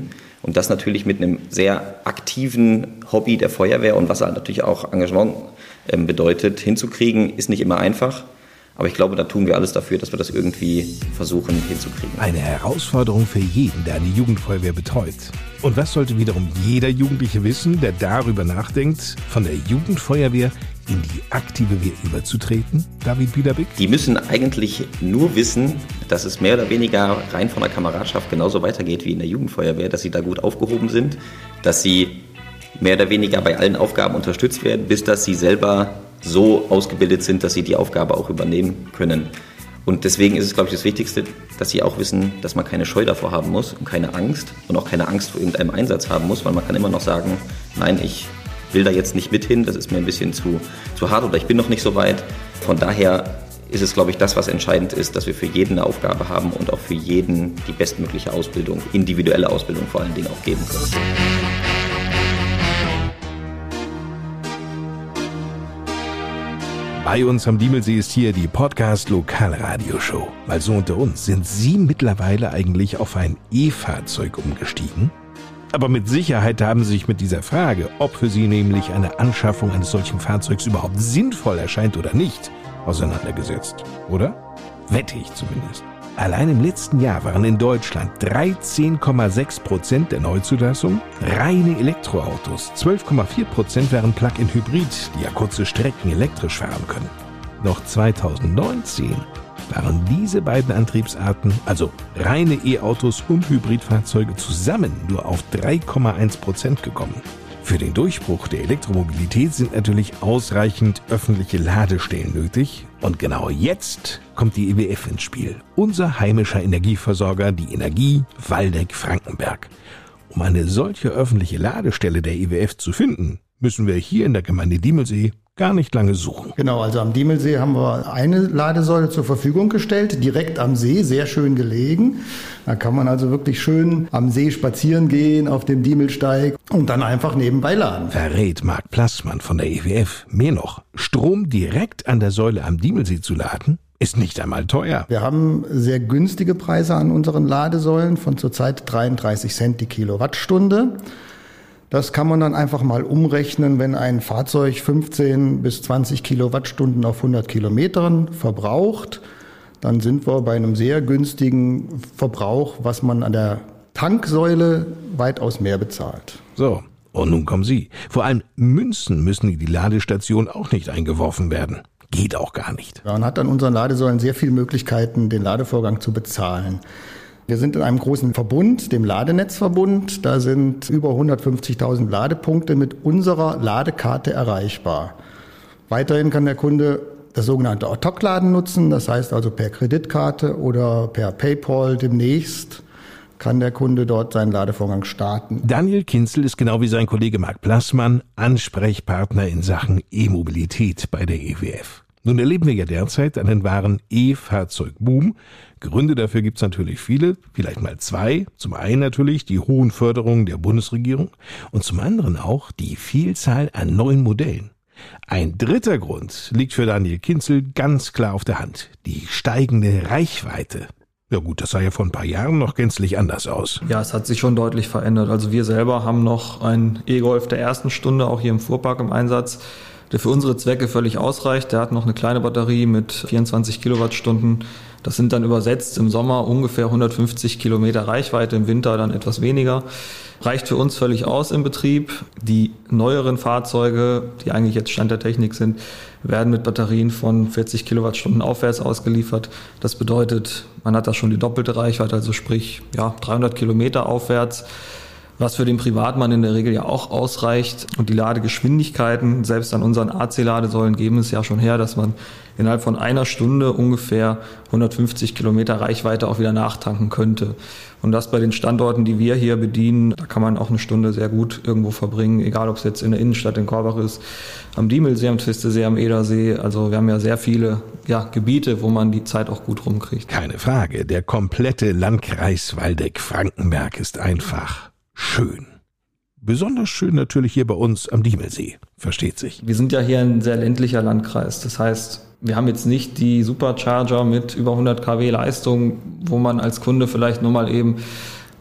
Und das natürlich mit einem sehr aktiven Hobby der Feuerwehr und was halt natürlich auch Engagement ähm, bedeutet, hinzukriegen, ist nicht immer einfach. Aber ich glaube, da tun wir alles dafür, dass wir das irgendwie versuchen hinzukriegen. Eine Herausforderung für jeden, der eine Jugendfeuerwehr betreut. Und was sollte wiederum jeder Jugendliche wissen, der darüber nachdenkt, von der Jugendfeuerwehr in die aktive Wehr überzutreten? David Biederbick? Die müssen eigentlich nur wissen, dass es mehr oder weniger rein von der Kameradschaft genauso weitergeht wie in der Jugendfeuerwehr, dass sie da gut aufgehoben sind, dass sie mehr oder weniger bei allen Aufgaben unterstützt werden, bis dass sie selber so ausgebildet sind, dass sie die Aufgabe auch übernehmen können. Und deswegen ist es, glaube ich, das Wichtigste, dass sie auch wissen, dass man keine Scheu davor haben muss und keine Angst und auch keine Angst vor irgendeinem Einsatz haben muss, weil man kann immer noch sagen, nein, ich will da jetzt nicht mit hin, das ist mir ein bisschen zu, zu hart oder ich bin noch nicht so weit. Von daher ist es, glaube ich, das, was entscheidend ist, dass wir für jeden eine Aufgabe haben und auch für jeden die bestmögliche Ausbildung, individuelle Ausbildung vor allen Dingen auch geben können. Bei uns am Diemelsee ist hier die Podcast-Lokalradioshow. Mal so unter uns, sind Sie mittlerweile eigentlich auf ein E-Fahrzeug umgestiegen? Aber mit Sicherheit haben Sie sich mit dieser Frage, ob für Sie nämlich eine Anschaffung eines solchen Fahrzeugs überhaupt sinnvoll erscheint oder nicht, auseinandergesetzt, oder? Wette ich zumindest. Allein im letzten Jahr waren in Deutschland dreizehn Komma sechs Prozent der Neuzulassungen reine Elektroautos. zwölf Komma vier Prozent waren Plug-in-Hybrid, die ja kurze Strecken elektrisch fahren können. Noch zweitausendneunzehn waren diese beiden Antriebsarten, also reine E-Autos und Hybridfahrzeuge zusammen, nur auf drei Komma eins Prozent gekommen. Für den Durchbruch der Elektromobilität sind natürlich ausreichend öffentliche Ladestellen nötig. Und genau jetzt kommt die E W F ins Spiel. Unser heimischer Energieversorger, die Energie Waldeck-Frankenberg. Um eine solche öffentliche Ladestelle der E W F zu finden, müssen wir hier in der Gemeinde Diemelsee gar nicht lange suchen. Genau, also am Diemelsee haben wir eine Ladesäule zur Verfügung gestellt, direkt am See, sehr schön gelegen. Da kann man also wirklich schön am See spazieren gehen, auf dem Diemelsteig und dann einfach nebenbei laden. Verrät Marc Plassmann von der E W F. Mehr noch, Strom direkt an der Säule am Diemelsee zu laden, ist nicht einmal teuer. Wir haben sehr günstige Preise an unseren Ladesäulen von zurzeit dreiunddreißig Cent die Kilowattstunde. Das kann man dann einfach mal umrechnen, wenn ein Fahrzeug fünfzehn bis zwanzig Kilowattstunden auf hundert Kilometern verbraucht. Dann sind wir bei einem sehr günstigen Verbrauch, was man an der Tanksäule weitaus mehr bezahlt. So, und nun kommen Sie. Vor allem Münzen müssen in die Ladestation auch nicht eingeworfen werden. Geht auch gar nicht. Ja, man hat an unseren Ladesäulen sehr viele Möglichkeiten, den Ladevorgang zu bezahlen. Wir sind in einem großen Verbund, dem Ladenetzverbund. Da sind über hundertfünfzigtausend Ladepunkte mit unserer Ladekarte erreichbar. Weiterhin kann der Kunde das sogenannte Ad-Hoc-Laden nutzen. Das heißt also per Kreditkarte oder per PayPal demnächst kann der Kunde dort seinen Ladevorgang starten. Daniel Kinzel ist genau wie sein Kollege Marc Plassmann Ansprechpartner in Sachen E-Mobilität bei der E W F. Nun erleben wir ja derzeit einen wahren E-Fahrzeugboom. Gründe dafür gibt es natürlich viele, vielleicht mal zwei. Zum einen natürlich die hohen Förderungen der Bundesregierung und zum anderen auch die Vielzahl an neuen Modellen. Ein dritter Grund liegt für Daniel Kinzel ganz klar auf der Hand, die steigende Reichweite. Ja gut, das sah ja vor ein paar Jahren noch gänzlich anders aus. Ja, es hat sich schon deutlich verändert. Also wir selber haben noch einen E-Golf der ersten Stunde, auch hier im Fuhrpark im Einsatz, der für unsere Zwecke völlig ausreicht. Der hat noch eine kleine Batterie mit vierundzwanzig Kilowattstunden. Das sind dann übersetzt im Sommer ungefähr hundertfünfzig Kilometer Reichweite, im Winter dann etwas weniger. Reicht für uns völlig aus im Betrieb. Die neueren Fahrzeuge, die eigentlich jetzt Stand der Technik sind, werden mit Batterien von vierzig Kilowattstunden aufwärts ausgeliefert. Das bedeutet, man hat da schon die doppelte Reichweite, also sprich ja, dreihundert Kilometer aufwärts. Was für den Privatmann in der Regel ja auch ausreicht. Und die Ladegeschwindigkeiten, selbst an unseren A C-Ladesäulen, geben es ja schon her, dass man innerhalb von einer Stunde ungefähr hundertfünfzig Kilometer Reichweite auch wieder nachtanken könnte. Und das bei den Standorten, die wir hier bedienen, da kann man auch eine Stunde sehr gut irgendwo verbringen, egal ob es jetzt in der Innenstadt in Korbach ist, am Diemelsee, am Twistesee, am Edersee. Also wir haben ja sehr viele ja, Gebiete, wo man die Zeit auch gut rumkriegt. Keine Frage, der komplette Landkreis Waldeck-Frankenberg ist einfach schön. Besonders schön natürlich hier bei uns am Diemelsee, versteht sich. Wir sind ja hier ein sehr ländlicher Landkreis. Das heißt, wir haben jetzt nicht die Supercharger mit über hundert Kilowatt Leistung, wo man als Kunde vielleicht nur mal eben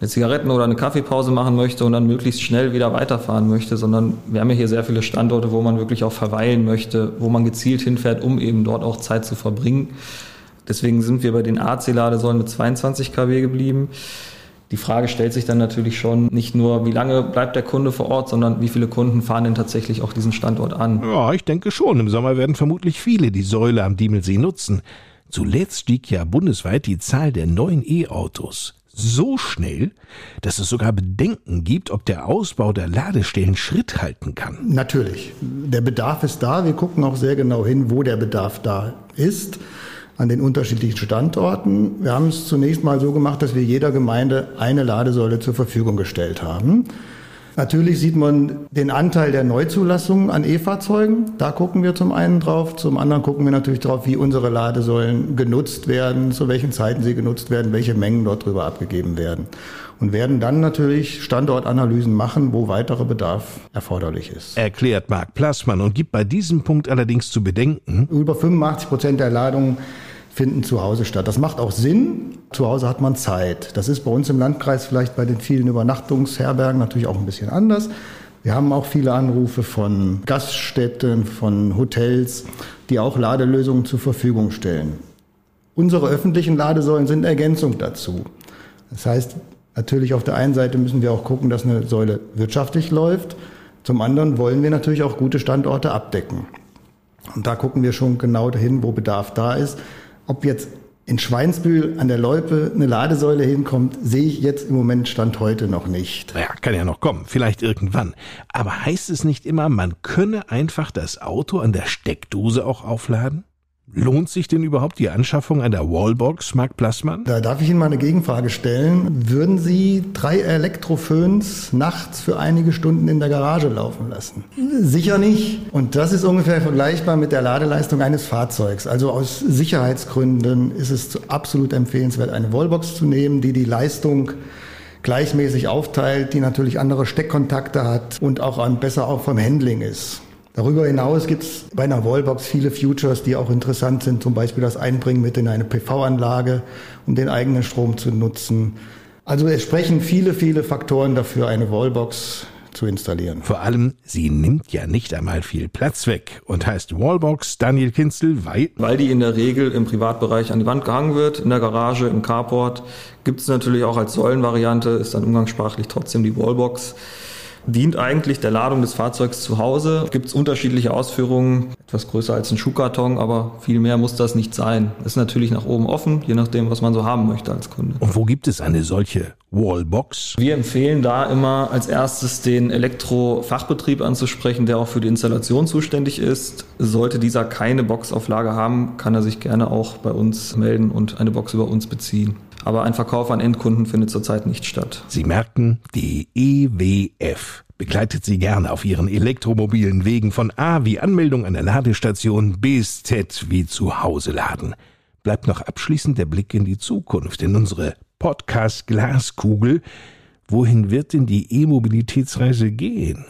eine Zigaretten- oder eine Kaffeepause machen möchte und dann möglichst schnell wieder weiterfahren möchte, sondern wir haben ja hier sehr viele Standorte, wo man wirklich auch verweilen möchte, wo man gezielt hinfährt, um eben dort auch Zeit zu verbringen. Deswegen sind wir bei den A C-Ladesäulen mit zweiundzwanzig Kilowatt geblieben. Die Frage stellt sich dann natürlich schon nicht nur, wie lange bleibt der Kunde vor Ort, sondern wie viele Kunden fahren denn tatsächlich auch diesen Standort an? Ja, ich denke schon. Im Sommer werden vermutlich viele die Säule am Diemelsee nutzen. Zuletzt stieg ja bundesweit die Zahl der neuen E-Autos so schnell, dass es sogar Bedenken gibt, ob der Ausbau der Ladestellen Schritt halten kann. Natürlich. Der Bedarf ist da. Wir gucken auch sehr genau hin, wo der Bedarf da ist, an den unterschiedlichen Standorten. Wir haben es zunächst mal so gemacht, dass wir jeder Gemeinde eine Ladesäule zur Verfügung gestellt haben. Natürlich sieht man den Anteil der Neuzulassungen an E-Fahrzeugen. Da gucken wir zum einen drauf. Zum anderen gucken wir natürlich drauf, wie unsere Ladesäulen genutzt werden, zu welchen Zeiten sie genutzt werden, welche Mengen dort drüber abgegeben werden. Und werden dann natürlich Standortanalysen machen, wo weiterer Bedarf erforderlich ist. Erklärt Marc Plassmann und gibt bei diesem Punkt allerdings zu bedenken: Über fünfundachtzig Prozent der Ladungen finden zu Hause statt. Das macht auch Sinn. Zu Hause hat man Zeit. Das ist bei uns im Landkreis vielleicht bei den vielen Übernachtungsherbergen natürlich auch ein bisschen anders. Wir haben auch viele Anrufe von Gaststätten, von Hotels, die auch Ladelösungen zur Verfügung stellen. Unsere öffentlichen Ladesäulen sind Ergänzung dazu. Das heißt, natürlich auf der einen Seite müssen wir auch gucken, dass eine Säule wirtschaftlich läuft. Zum anderen wollen wir natürlich auch gute Standorte abdecken. Und da gucken wir schon genau dahin, wo Bedarf da ist. Ob jetzt in Schweinsbühl an der Loipe eine Ladesäule hinkommt, sehe ich jetzt im Moment Stand heute noch nicht. Naja, kann ja noch kommen, vielleicht irgendwann. Aber heißt es nicht immer, man könne einfach das Auto an der Steckdose auch aufladen? Lohnt sich denn überhaupt die Anschaffung einer Wallbox, Marc Plassmann? Da darf ich Ihnen mal eine Gegenfrage stellen. Würden Sie drei Elektroföhns nachts für einige Stunden in der Garage laufen lassen? Sicher nicht. Und das ist ungefähr vergleichbar mit der Ladeleistung eines Fahrzeugs. Also aus Sicherheitsgründen ist es absolut empfehlenswert, eine Wallbox zu nehmen, die die Leistung gleichmäßig aufteilt, die natürlich andere Steckkontakte hat und auch besser auch vom Handling ist. Darüber hinaus gibt es bei einer Wallbox viele Features, die auch interessant sind, zum Beispiel das Einbringen mit in eine P V-Anlage, um den eigenen Strom zu nutzen. Also es sprechen viele, viele Faktoren dafür, eine Wallbox zu installieren. Vor allem, sie nimmt ja nicht einmal viel Platz weg und heißt Wallbox, Daniel Kinzel, weil... Weil die in der Regel im Privatbereich an die Wand gehangen wird, in der Garage, im Carport. Gibt es natürlich auch als Säulenvariante, ist dann umgangssprachlich trotzdem die Wallbox. Dient eigentlich der Ladung des Fahrzeugs zu Hause. Gibt es unterschiedliche Ausführungen, etwas größer als ein Schuhkarton, aber viel mehr muss das nicht sein. Ist natürlich nach oben offen, je nachdem, was man so haben möchte als Kunde. Und wo gibt es eine solche Wallbox? Wir empfehlen da immer als erstes den Elektrofachbetrieb anzusprechen, der auch für die Installation zuständig ist. Sollte dieser keine Box auf Lager haben, kann er sich gerne auch bei uns melden und eine Box über uns beziehen. Aber ein Verkauf an Endkunden findet zurzeit nicht statt. Sie merken, die E W F begleitet Sie gerne auf Ihren elektromobilen Wegen von A wie Anmeldung an der Ladestation bis Z wie zu Hause laden. Bleibt noch abschließend der Blick in die Zukunft, in unsere Podcast-Glaskugel. Wohin wird denn die E-Mobilitätsreise gehen?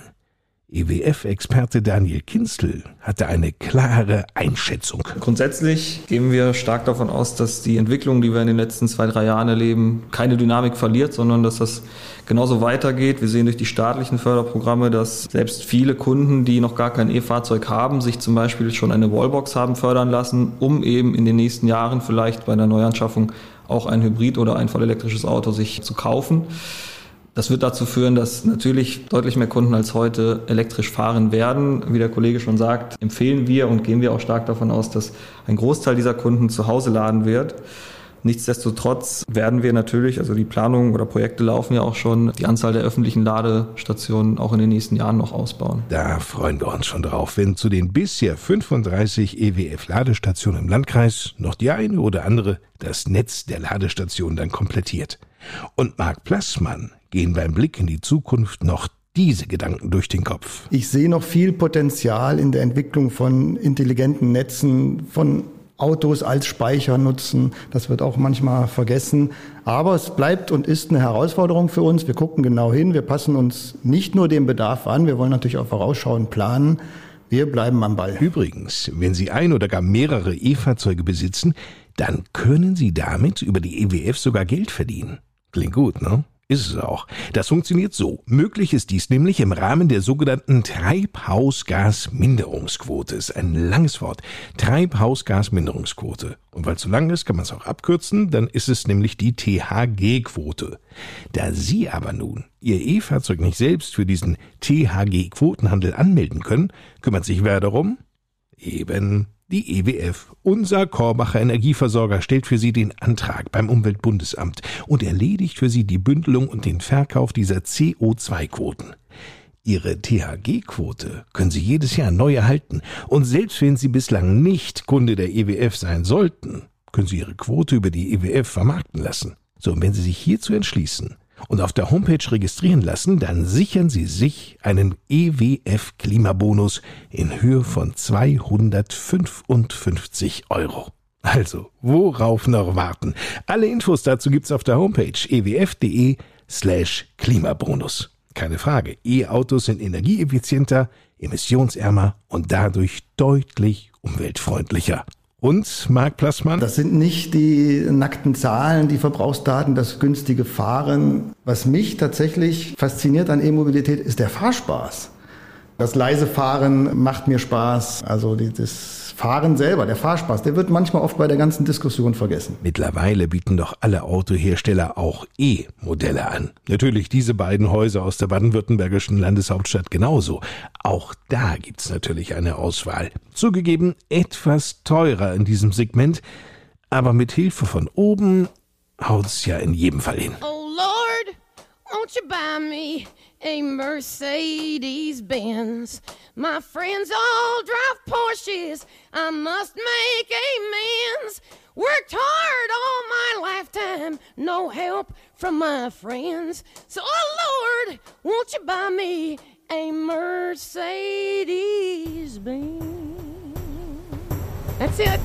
E W F-Experte Daniel Kinzel hatte eine klare Einschätzung. Grundsätzlich gehen wir stark davon aus, dass die Entwicklung, die wir in den letzten zwei, drei Jahren erleben, keine Dynamik verliert, sondern dass das genauso weitergeht. Wir sehen durch die staatlichen Förderprogramme, dass selbst viele Kunden, die noch gar kein E-Fahrzeug haben, sich zum Beispiel schon eine Wallbox haben fördern lassen, um eben in den nächsten Jahren vielleicht bei der Neuanschaffung auch ein Hybrid- oder ein vollelektrisches Auto sich zu kaufen. Das wird dazu führen, dass natürlich deutlich mehr Kunden als heute elektrisch fahren werden. Wie der Kollege schon sagt, empfehlen wir und gehen wir auch stark davon aus, dass ein Großteil dieser Kunden zu Hause laden wird. Nichtsdestotrotz werden wir natürlich, also die Planungen oder Projekte laufen ja auch schon, die Anzahl der öffentlichen Ladestationen auch in den nächsten Jahren noch ausbauen. Da freuen wir uns schon drauf, wenn zu den bisher fünfunddreißig E W F-Ladestationen im Landkreis noch die eine oder andere das Netz der Ladestationen dann komplettiert. Und Marc Plassmann gehen beim Blick in die Zukunft noch diese Gedanken durch den Kopf. Ich sehe noch viel Potenzial in der Entwicklung von intelligenten Netzen, von Autos als Speicher nutzen. Das wird auch manchmal vergessen. Aber es bleibt und ist eine Herausforderung für uns. Wir gucken genau hin. Wir passen uns nicht nur dem Bedarf an. Wir wollen natürlich auch vorausschauend planen. Wir bleiben am Ball. Übrigens, wenn Sie ein oder gar mehrere E-Fahrzeuge besitzen, dann können Sie damit über die E W F sogar Geld verdienen. Klingt gut, ne? Ist es auch. Das funktioniert so. Möglich ist dies nämlich im Rahmen der sogenannten Treibhausgasminderungsquote. Ist ein langes Wort. Treibhausgasminderungsquote. Und weil es so lang ist, kann man es auch abkürzen. Dann ist es nämlich die T H G-Quote. Da Sie aber nun Ihr E-Fahrzeug nicht selbst für diesen T H G-Quotenhandel anmelden können, kümmert sich wer darum? Eben die E W F. Unser Korbacher Energieversorger stellt für Sie den Antrag beim Umweltbundesamt und erledigt für Sie die Bündelung und den Verkauf dieser C O zwei Quoten. Ihre T H G-Quote können Sie jedes Jahr neu erhalten. Und selbst wenn Sie bislang nicht Kunde der E W F sein sollten, können Sie Ihre Quote über die E W F vermarkten lassen. So, und wenn Sie sich hierzu entschließen und auf der Homepage registrieren lassen, dann sichern Sie sich einen E W F-Klimabonus in Höhe von zweihundertfünfundfünfzig Euro. Also, worauf noch warten? Alle Infos dazu gibt's auf der Homepage e w f punkt d e slash Klimabonus. Keine Frage, E-Autos sind energieeffizienter, emissionsärmer und dadurch deutlich umweltfreundlicher. Und, Marc Plassmann? Das sind nicht die nackten Zahlen, die Verbrauchsdaten, das günstige Fahren. Was mich tatsächlich fasziniert an E-Mobilität ist der Fahrspaß. Das leise Fahren macht mir Spaß. Also das Fahren selber, der Fahrspaß, der wird manchmal oft bei der ganzen Diskussion vergessen. Mittlerweile bieten doch alle Autohersteller auch E-Modelle an. Natürlich diese beiden Häuser aus der baden-württembergischen Landeshauptstadt genauso. Auch da gibt's natürlich eine Auswahl. Zugegeben etwas teurer in diesem Segment, aber mit Hilfe von oben haut's ja in jedem Fall hin. Oh Lord, won't you buy me a Mercedes-Benz? My friends all drive Porsches, I must make amends. Worked hard all my lifetime, no help from my friends. So, oh Lord, won't you buy me a Mercedes-Benz? That's it.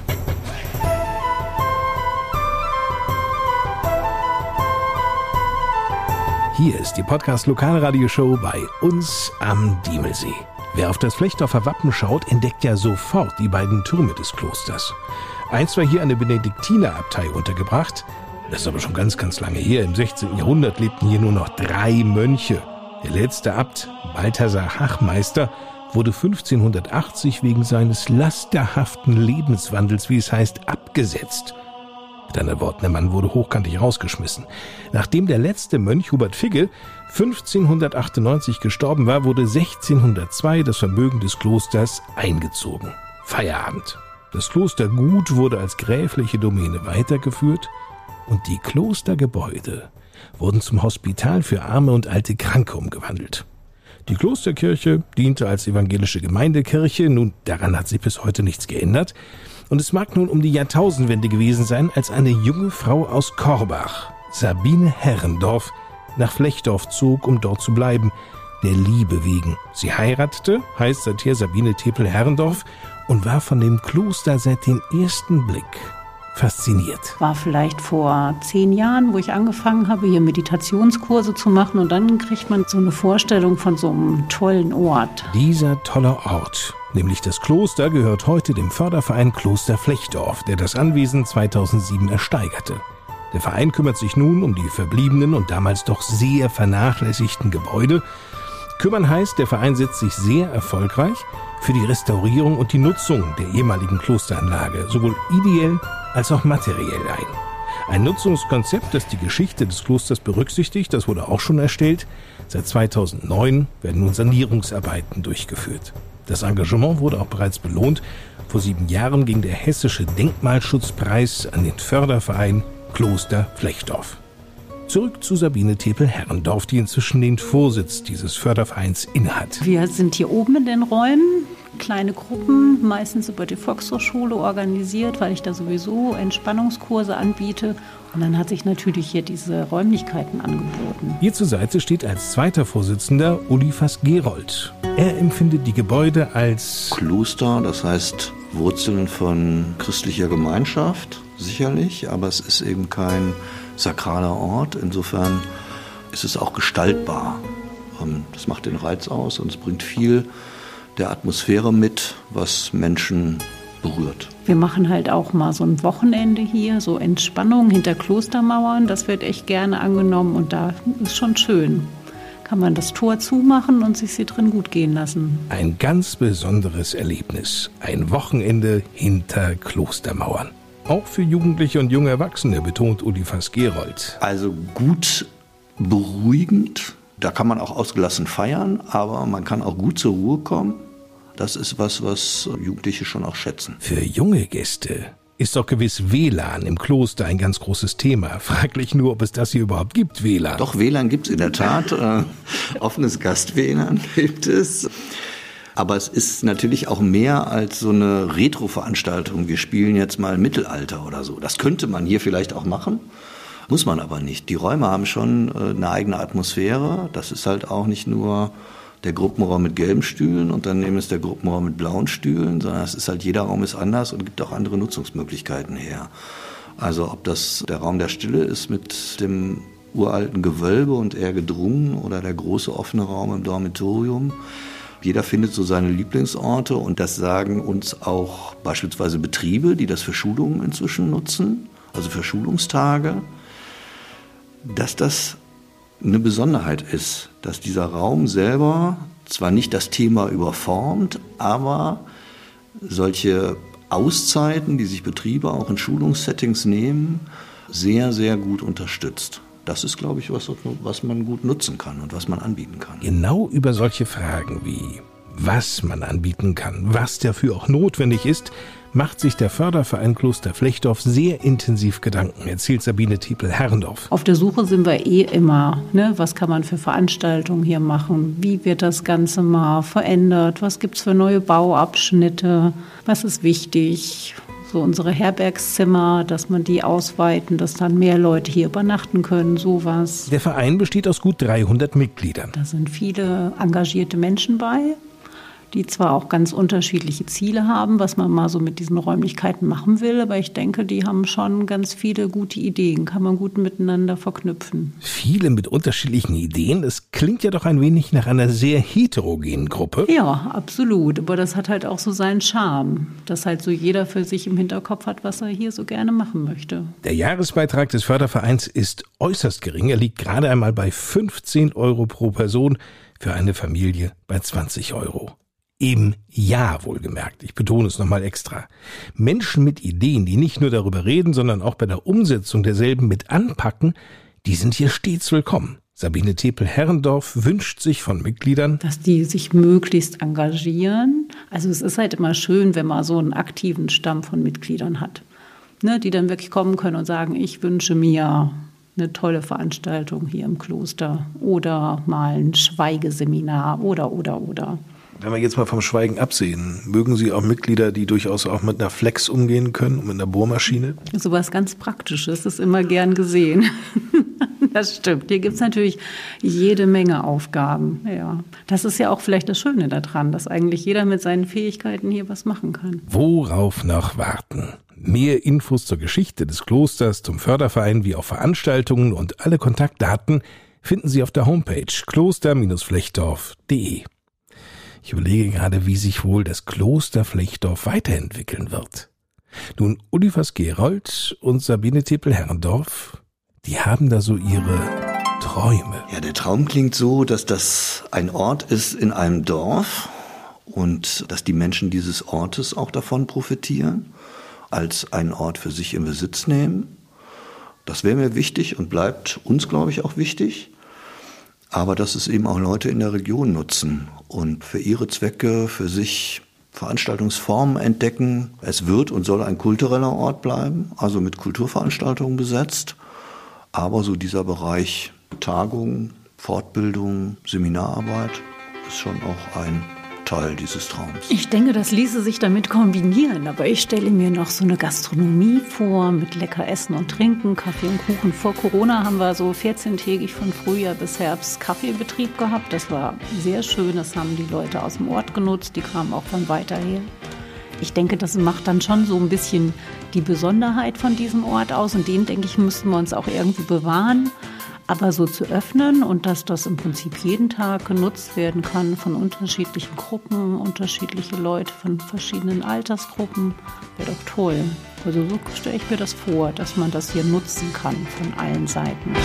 Hier ist die Podcast-Lokalradioshow bei uns am Diemelsee. Wer auf das Flechdorfer Wappen schaut, entdeckt ja sofort die beiden Türme des Klosters. Eins war hier eine Benediktinerabtei untergebracht. Das ist aber schon ganz, ganz lange her. Im sechzehnten Jahrhundert lebten hier nur noch drei Mönche. Der letzte Abt, Balthasar Hachmeister, wurde fünfzehnhundertachtzig wegen seines lasterhaften Lebenswandels, wie es heißt, abgesetzt. Mit anderen Worten, der Mann wurde hochkantig rausgeschmissen. Nachdem der letzte Mönch Hubert Figge fünfzehnhundertachtundneunzig gestorben war, wurde sechzehnhundertzwei das Vermögen des Klosters eingezogen. Feierabend. Das Klostergut wurde als gräfliche Domäne weitergeführt und die Klostergebäude wurden zum Hospital für arme und alte Kranke umgewandelt. Die Klosterkirche diente als evangelische Gemeindekirche, nun daran hat sich bis heute nichts geändert. Und es mag nun um die Jahrtausendwende gewesen sein, als eine junge Frau aus Korbach, Sabine Herrendorf, nach Flechdorf zog, um dort zu bleiben, der Liebe wegen. Sie heiratete, heißt seither Sabine Tepel-Herrendorf, und war von dem Kloster seit dem ersten Blick fasziniert. War vielleicht vor zehn Jahren, wo ich angefangen habe, hier Meditationskurse zu machen, und dann kriegt man so eine Vorstellung von so einem tollen Ort. Dieser tolle Ort, nämlich das Kloster, gehört heute dem Förderverein Kloster Flechdorf, der das Anwesen zweitausendsieben ersteigerte. Der Verein kümmert sich nun um die verbliebenen und damals doch sehr vernachlässigten Gebäude. Kümmern heißt, der Verein setzt sich sehr erfolgreich für die Restaurierung und die Nutzung der ehemaligen Klosteranlage, sowohl ideell als auch materiell ein. Ein Nutzungskonzept, das die Geschichte des Klosters berücksichtigt, das wurde auch schon erstellt. Seit zweitausendneun werden nun Sanierungsarbeiten durchgeführt. Das Engagement wurde auch bereits belohnt. Vor sieben Jahren ging der Hessische Denkmalschutzpreis an den Förderverein Kloster Flechdorf. Zurück zu Sabine Tepel-Herrendorf, die inzwischen den Vorsitz dieses Fördervereins innehat. Wir sind hier oben in den Räumen, kleine Gruppen, meistens über die Volkshochschule organisiert, weil ich da sowieso Entspannungskurse anbiete. Und dann hat sich natürlich hier diese Räumlichkeiten angeboten. Hier zur Seite steht als zweiter Vorsitzender Olifas Gerold. Er empfindet die Gebäude als Kloster, das heißt Wurzeln von christlicher Gemeinschaft, sicherlich, aber es ist eben kein sakraler Ort. Insofern ist es auch gestaltbar. Das macht den Reiz aus und es bringt viel der Atmosphäre mit, was Menschen berührt. Wir machen halt auch mal so ein Wochenende hier, so Entspannung hinter Klostermauern. Das wird echt gerne angenommen und da ist schon schön. Kann man das Tor zumachen und sich hier drin gut gehen lassen. Ein ganz besonderes Erlebnis. Ein Wochenende hinter Klostermauern. Auch für Jugendliche und junge Erwachsene, betont Olifas Gerold. Also gut beruhigend. Da kann man auch ausgelassen feiern, aber man kann auch gut zur Ruhe kommen. Das ist was, was Jugendliche schon auch schätzen. Für junge Gäste ist doch gewiss W L A N im Kloster ein ganz großes Thema. Fraglich nur, ob es das hier überhaupt gibt, W L A N. Doch, W L A N gibt es in der Tat. Äh, offenes Gast-W L A N gibt es. Aber es ist natürlich auch mehr als so eine Retro-Veranstaltung. Wir spielen jetzt mal Mittelalter oder so. Das könnte man hier vielleicht auch machen, muss man aber nicht. Die Räume haben schon eine eigene Atmosphäre. Das ist halt auch nicht nur der Gruppenraum mit gelben Stühlen und daneben ist der Gruppenraum mit blauen Stühlen, sondern es ist halt, jeder Raum ist anders und gibt auch andere Nutzungsmöglichkeiten her. Also ob das der Raum der Stille ist mit dem uralten Gewölbe und eher gedrungen oder der große offene Raum im Dormitorium. Jeder findet so seine Lieblingsorte und das sagen uns auch beispielsweise Betriebe, die das für Schulungen inzwischen nutzen, also für Schulungstage, dass das eine Besonderheit ist, dass dieser Raum selber zwar nicht das Thema überformt, aber solche Auszeiten, die sich Betriebe auch in Schulungssettings nehmen, sehr, sehr gut unterstützt. Das ist, glaube ich, was, was man gut nutzen kann und was man anbieten kann. Genau über solche Fragen wie, was man anbieten kann, was dafür auch notwendig ist, macht sich der Förderverein Kloster Flechtdorf sehr intensiv Gedanken, erzählt Sabine Thiepel-Herrendorf. Auf der Suche sind wir eh immer. Ne? Was kann man für Veranstaltungen hier machen? Wie wird das Ganze mal verändert? Was gibt es für neue Bauabschnitte? Was ist wichtig? So unsere Herbergszimmer, dass man die ausweiten, dass dann mehr Leute hier übernachten können, sowas. Der Verein besteht aus gut dreihundert Mitgliedern. Da sind viele engagierte Menschen bei, die zwar auch ganz unterschiedliche Ziele haben, was man mal so mit diesen Räumlichkeiten machen will, aber ich denke, die haben schon ganz viele gute Ideen, kann man gut miteinander verknüpfen. Viele mit unterschiedlichen Ideen, es klingt ja doch ein wenig nach einer sehr heterogenen Gruppe. Ja, absolut, aber das hat halt auch so seinen Charme, dass halt so jeder für sich im Hinterkopf hat, was er hier so gerne machen möchte. Der Jahresbeitrag des Fördervereins ist äußerst gering, er liegt gerade einmal bei fünfzehn Euro pro Person, für eine Familie bei zwanzig Euro. Im Jahr wohlgemerkt, ich betone es nochmal extra. Menschen mit Ideen, die nicht nur darüber reden, sondern auch bei der Umsetzung derselben mit anpacken, die sind hier stets willkommen. Sabine Thiepel-Herrendorf wünscht sich von Mitgliedern, dass die sich möglichst engagieren. Also es ist halt immer schön, wenn man so einen aktiven Stamm von Mitgliedern hat, ne, die dann wirklich kommen können und sagen, ich wünsche mir eine tolle Veranstaltung hier im Kloster oder mal ein Schweigeseminar oder, oder, oder. Wenn wir jetzt mal vom Schweigen absehen, mögen Sie auch Mitglieder, die durchaus auch mit einer Flex umgehen können und mit einer Bohrmaschine? So was ganz Praktisches ist immer gern gesehen. Das stimmt. Hier gibt es natürlich jede Menge Aufgaben. Ja. Das ist ja auch vielleicht das Schöne daran, dass eigentlich jeder mit seinen Fähigkeiten hier was machen kann. Worauf noch warten? Mehr Infos zur Geschichte des Klosters, zum Förderverein wie auch Veranstaltungen und alle Kontaktdaten finden Sie auf der Homepage kloster Bindestrich flechtdorf punkt de. Ich überlege gerade, wie sich wohl das Kloster Flechtdorf weiterentwickeln wird. Nun, Olifas Gerold und Sabine Thiepel-Herrendorf, die haben da so ihre Träume. Ja, der Traum klingt so, dass das ein Ort ist in einem Dorf und dass die Menschen dieses Ortes auch davon profitieren, als einen Ort für sich in Besitz nehmen. Das wäre mir wichtig und bleibt uns, glaube ich, auch wichtig. Aber dass es eben auch Leute in der Region nutzen und für ihre Zwecke, für sich Veranstaltungsformen entdecken. Es wird und soll ein kultureller Ort bleiben, also mit Kulturveranstaltungen besetzt. Aber so dieser Bereich Tagung, Fortbildung, Seminararbeit ist schon auch ein Teil dieses Traums. Ich denke, das ließe sich damit kombinieren, aber ich stelle mir noch so eine Gastronomie vor mit lecker Essen und Trinken, Kaffee und Kuchen. Vor Corona haben wir so vierzehntägig von Frühjahr bis Herbst Kaffeebetrieb gehabt. Das war sehr schön, das haben die Leute aus dem Ort genutzt, die kamen auch von weiter her. Ich denke, das macht dann schon so ein bisschen die Besonderheit von diesem Ort aus und den, denke ich, müssten wir uns auch irgendwie bewahren. Aber so zu öffnen und dass das im Prinzip jeden Tag genutzt werden kann von unterschiedlichen Gruppen, unterschiedliche Leute von verschiedenen Altersgruppen, wäre doch toll. Also so stelle ich mir das vor, dass man das hier nutzen kann von allen Seiten.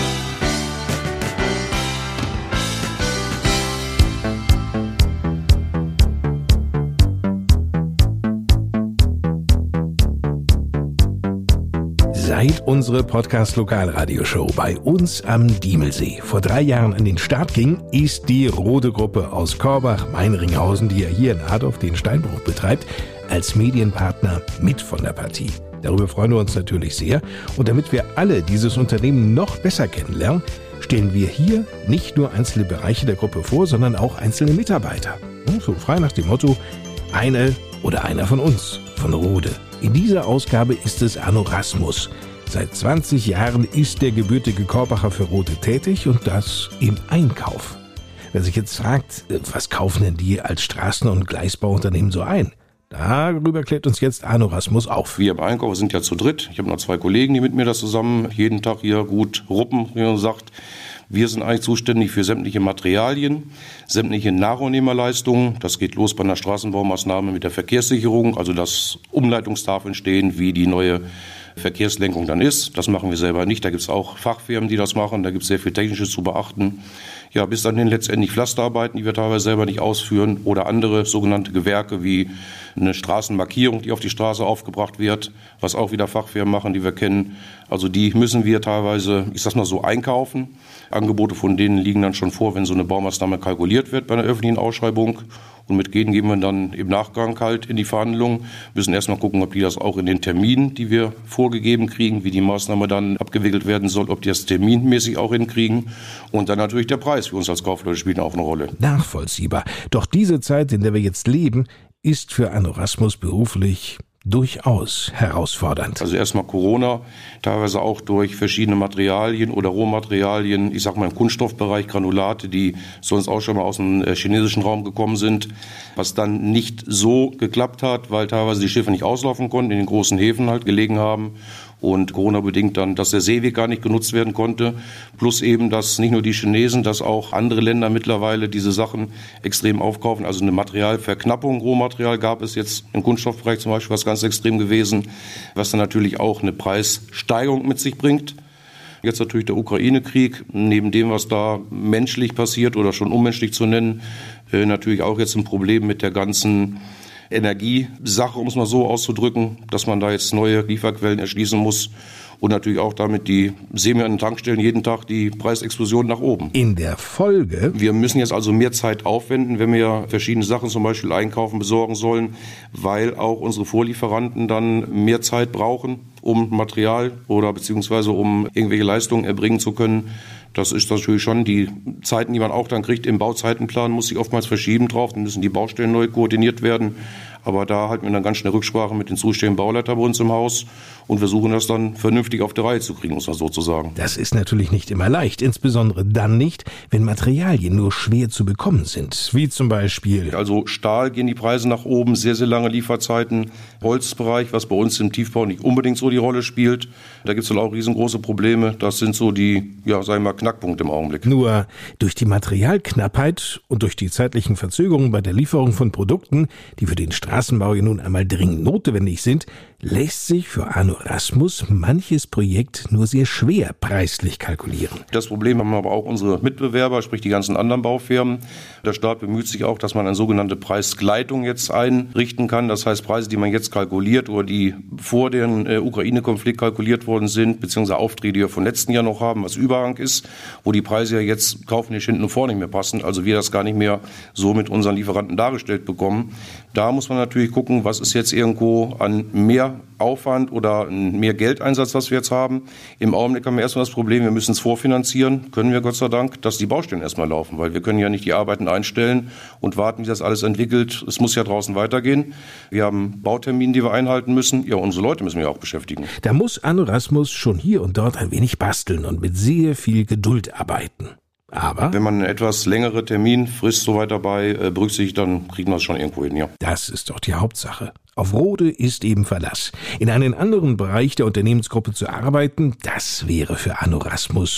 Seit unsere Podcast-Lokalradioshow bei uns am Diemelsee vor drei Jahren an den Start ging, ist die Rode-Gruppe aus Korbach-Meinringhausen, die ja hier in Adorf den Steinbruch betreibt, als Medienpartner mit von der Partie. Darüber freuen wir uns natürlich sehr. Und damit wir alle dieses Unternehmen noch besser kennenlernen, stellen wir hier nicht nur einzelne Bereiche der Gruppe vor, sondern auch einzelne Mitarbeiter. So frei nach dem Motto, eine oder einer von uns, von Rode. In dieser Ausgabe ist es Arno Rasmus. Seit zwanzig Jahren ist der gebürtige Korbacher für Rode tätig und das im Einkauf. Wer sich jetzt fragt, was kaufen denn die als Straßen- und Gleisbauunternehmen so ein? Darüber klärt uns jetzt Arno Rasmus auf. Wir im Einkauf sind ja zu dritt. Ich habe noch zwei Kollegen, die mit mir das zusammen jeden Tag hier gut ruppen, wie man sagt. Wir sind eigentlich zuständig für sämtliche Materialien, sämtliche Nachrohnehmerleistungen. Das geht los bei einer Straßenbaumaßnahme mit der Verkehrssicherung, also dass Umleitungstafeln stehen, wie die neue Verkehrslenkung dann ist. Das machen wir selber nicht. Da gibt es auch Fachfirmen, die das machen. Da gibt es sehr viel Technisches zu beachten. Ja, bis dann letztendlich Pflasterarbeiten, die wir teilweise selber nicht ausführen, oder andere sogenannte Gewerke wie eine Straßenmarkierung, die auf die Straße aufgebracht wird, was auch wieder Fachfirmen machen, die wir kennen. Also die müssen wir teilweise, ich sag's mal so, einkaufen. Angebote von denen liegen dann schon vor, wenn so eine Baumaßnahme kalkuliert wird bei einer öffentlichen Ausschreibung. Und mit denen gehen wir dann im Nachgang halt in die Verhandlungen. Müssen erstmal gucken, ob die das auch in den Terminen, die wir vorgegeben kriegen, wie die Maßnahme dann abgewickelt werden soll, ob die das terminmäßig auch hinkriegen. Und dann natürlich der Preis für uns als Kaufleute spielt auch eine Rolle. Nachvollziehbar. Doch diese Zeit, in der wir jetzt leben, ist für Arno Rasmus beruflich durchaus herausfordernd. Also erstmal Corona, teilweise auch durch verschiedene Materialien oder Rohmaterialien, ich sag mal im Kunststoffbereich, Granulate, die sonst auch schon mal aus dem chinesischen Raum gekommen sind, was dann nicht so geklappt hat, weil teilweise die Schiffe nicht auslaufen konnten, in den großen Häfen halt gelegen haben. Und Corona-bedingt dann, dass der Seeweg gar nicht genutzt werden konnte. Plus eben, dass nicht nur die Chinesen, dass auch andere Länder mittlerweile diese Sachen extrem aufkaufen. Also eine Materialverknappung, Rohmaterial gab es jetzt im Kunststoffbereich zum Beispiel, was ganz extrem gewesen, was dann natürlich auch eine Preissteigerung mit sich bringt. Jetzt natürlich der Ukraine-Krieg, neben dem, was da menschlich passiert oder schon unmenschlich zu nennen, äh, natürlich auch jetzt ein Problem mit der ganzen Energiesache, um es mal so auszudrücken, dass man da jetzt neue Lieferquellen erschließen muss und natürlich auch damit die, sehen wir an den Tankstellen jeden Tag die Preisexplosion nach oben. In der Folge? Wir müssen jetzt also mehr Zeit aufwenden, wenn wir verschiedene Sachen zum Beispiel einkaufen, besorgen sollen, weil auch unsere Vorlieferanten dann mehr Zeit brauchen, um Material oder beziehungsweise um irgendwelche Leistungen erbringen zu können. Das ist natürlich schon die Zeiten, die man auch dann kriegt im Bauzeitenplan, muss sich oftmals verschieben drauf. Dann müssen die Baustellen neu koordiniert werden. Aber da halten wir dann ganz schnell Rücksprache mit den zuständigen Bauleitern bei uns im Haus und versuchen das dann vernünftig auf die Reihe zu kriegen, muss man sozusagen. Das ist natürlich nicht immer leicht, insbesondere dann nicht, wenn Materialien nur schwer zu bekommen sind, wie zum Beispiel... Also Stahl gehen die Preise nach oben, sehr, sehr lange Lieferzeiten. Holzbereich, was bei uns im Tiefbau nicht unbedingt so die Rolle spielt. Da gibt es dann auch riesengroße Probleme. Das sind so die, ja, sagen wir mal, Knackpunkte im Augenblick. Nur durch die Materialknappheit und durch die zeitlichen Verzögerungen bei der Lieferung von Produkten, die für den Straßenbau ja nun einmal dringend notwendig sind, lässt sich für Arno Rasmus manches Projekt nur sehr schwer preislich kalkulieren. Das Problem haben aber auch unsere Mitbewerber, sprich die ganzen anderen Baufirmen. Der Staat bemüht sich auch, dass man eine sogenannte Preisgleitung jetzt einrichten kann. Das heißt, Preise, die man jetzt kalkuliert oder die vor dem äh, Ukraine-Konflikt kalkuliert worden sind, beziehungsweise Aufträge, die wir vom letzten Jahr noch haben, was Überhang ist, wo die Preise ja jetzt kaufmännisch hinten und vorne nicht mehr passen, also wir das gar nicht mehr so mit unseren Lieferanten dargestellt bekommen. Da muss man natürlich gucken, was ist jetzt irgendwo an mehr Aufwand oder mehr Geldeinsatz, was wir jetzt haben. Im Augenblick haben wir erstmal das Problem, wir müssen es vorfinanzieren, können wir Gott sei Dank, dass die Baustellen erstmal laufen, weil wir können ja nicht die Arbeiten einstellen und warten, wie das alles entwickelt. Es muss ja draußen weitergehen. Wir haben Bautermine, die wir einhalten müssen. Ja, unsere Leute müssen wir auch beschäftigen. Da muss Arno Rasmus schon hier und dort ein wenig basteln und mit sehr viel Geduld arbeiten. Aber wenn man eine etwas längere Terminfrist so weit dabei äh, berücksichtigt, dann kriegen wir es schon irgendwo hin, ja. Das ist doch die Hauptsache. Auf Rode ist eben Verlass. In einen anderen Bereich der Unternehmensgruppe zu arbeiten, das wäre für Arno Rasmus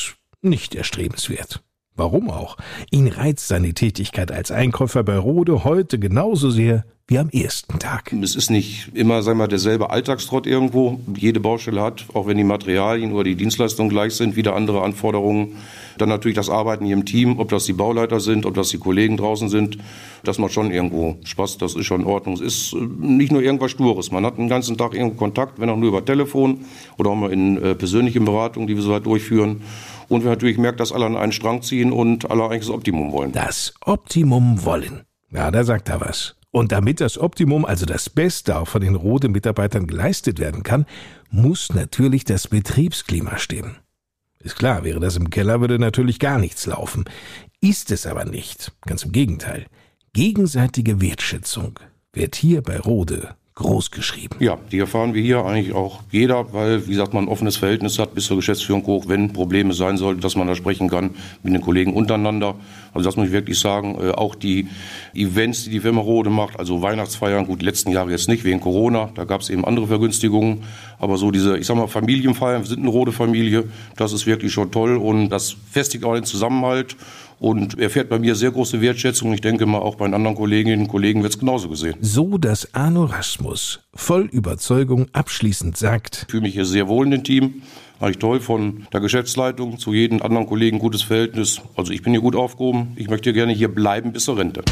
nicht erstrebenswert. Warum auch? Ihn reizt seine Tätigkeit als Einkäufer bei Rode heute genauso sehr wie am ersten Tag. Es ist nicht immer, sagen wir, derselbe Alltagstrott irgendwo. Jede Baustelle hat, auch wenn die Materialien oder die Dienstleistungen gleich sind, wieder andere Anforderungen. Dann natürlich das Arbeiten hier im Team, ob das die Bauleiter sind, ob das die Kollegen draußen sind. Das macht schon irgendwo Spaß, das ist schon in Ordnung. Es ist nicht nur irgendwas Stures. Man hat den ganzen Tag irgendwo Kontakt, wenn auch nur über Telefon oder auch mal in äh, persönlichen Beratungen, die wir so halt durchführen. Und wir natürlich merken, dass alle an einen Strang ziehen und alle eigentlich das Optimum wollen. Das Optimum wollen. Ja, da sagt er was. Und damit das Optimum, also das Beste, auch von den Rode-Mitarbeitern geleistet werden kann, muss natürlich das Betriebsklima stimmen. Ist klar, wäre das im Keller, würde natürlich gar nichts laufen. Ist es aber nicht. Ganz im Gegenteil. Gegenseitige Wertschätzung wird hier bei Rode groß geschrieben. Ja, die erfahren wir hier eigentlich auch jeder, weil, wie gesagt, man ein offenes Verhältnis hat bis zur Geschäftsführung hoch, wenn Probleme sein sollten, dass man da sprechen kann mit den Kollegen untereinander. Also das muss ich wirklich sagen, äh, auch die Events, die die Firma Rode macht, also Weihnachtsfeiern, gut, die letzten Jahre jetzt nicht, wegen Corona, da gab es eben andere Vergünstigungen, aber so diese, ich sag mal, Familienfeiern, wir sind eine Rode-Familie, das ist wirklich schon toll und das festigt auch den Zusammenhalt. Und erfährt bei mir sehr große Wertschätzung. Ich denke mal, auch bei den anderen Kolleginnen und Kollegen wird es genauso gesehen. So, dass Arno Rasmus voll Überzeugung abschließend sagt: Ich fühle mich hier sehr wohl in dem Team. Eigentlich toll, von der Geschäftsleitung zu jedem anderen Kollegen gutes Verhältnis. Also ich bin hier gut aufgehoben. Ich möchte gerne hier bleiben bis zur Rente.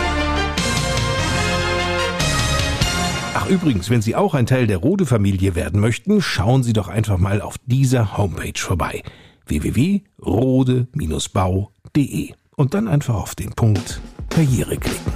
Ach übrigens, wenn Sie auch ein Teil der Rode-Familie werden möchten, schauen Sie doch einfach mal auf dieser Homepage vorbei. w w w punkt rode Bindestrich bau punkt de und dann einfach auf den Punkt Karriere klicken.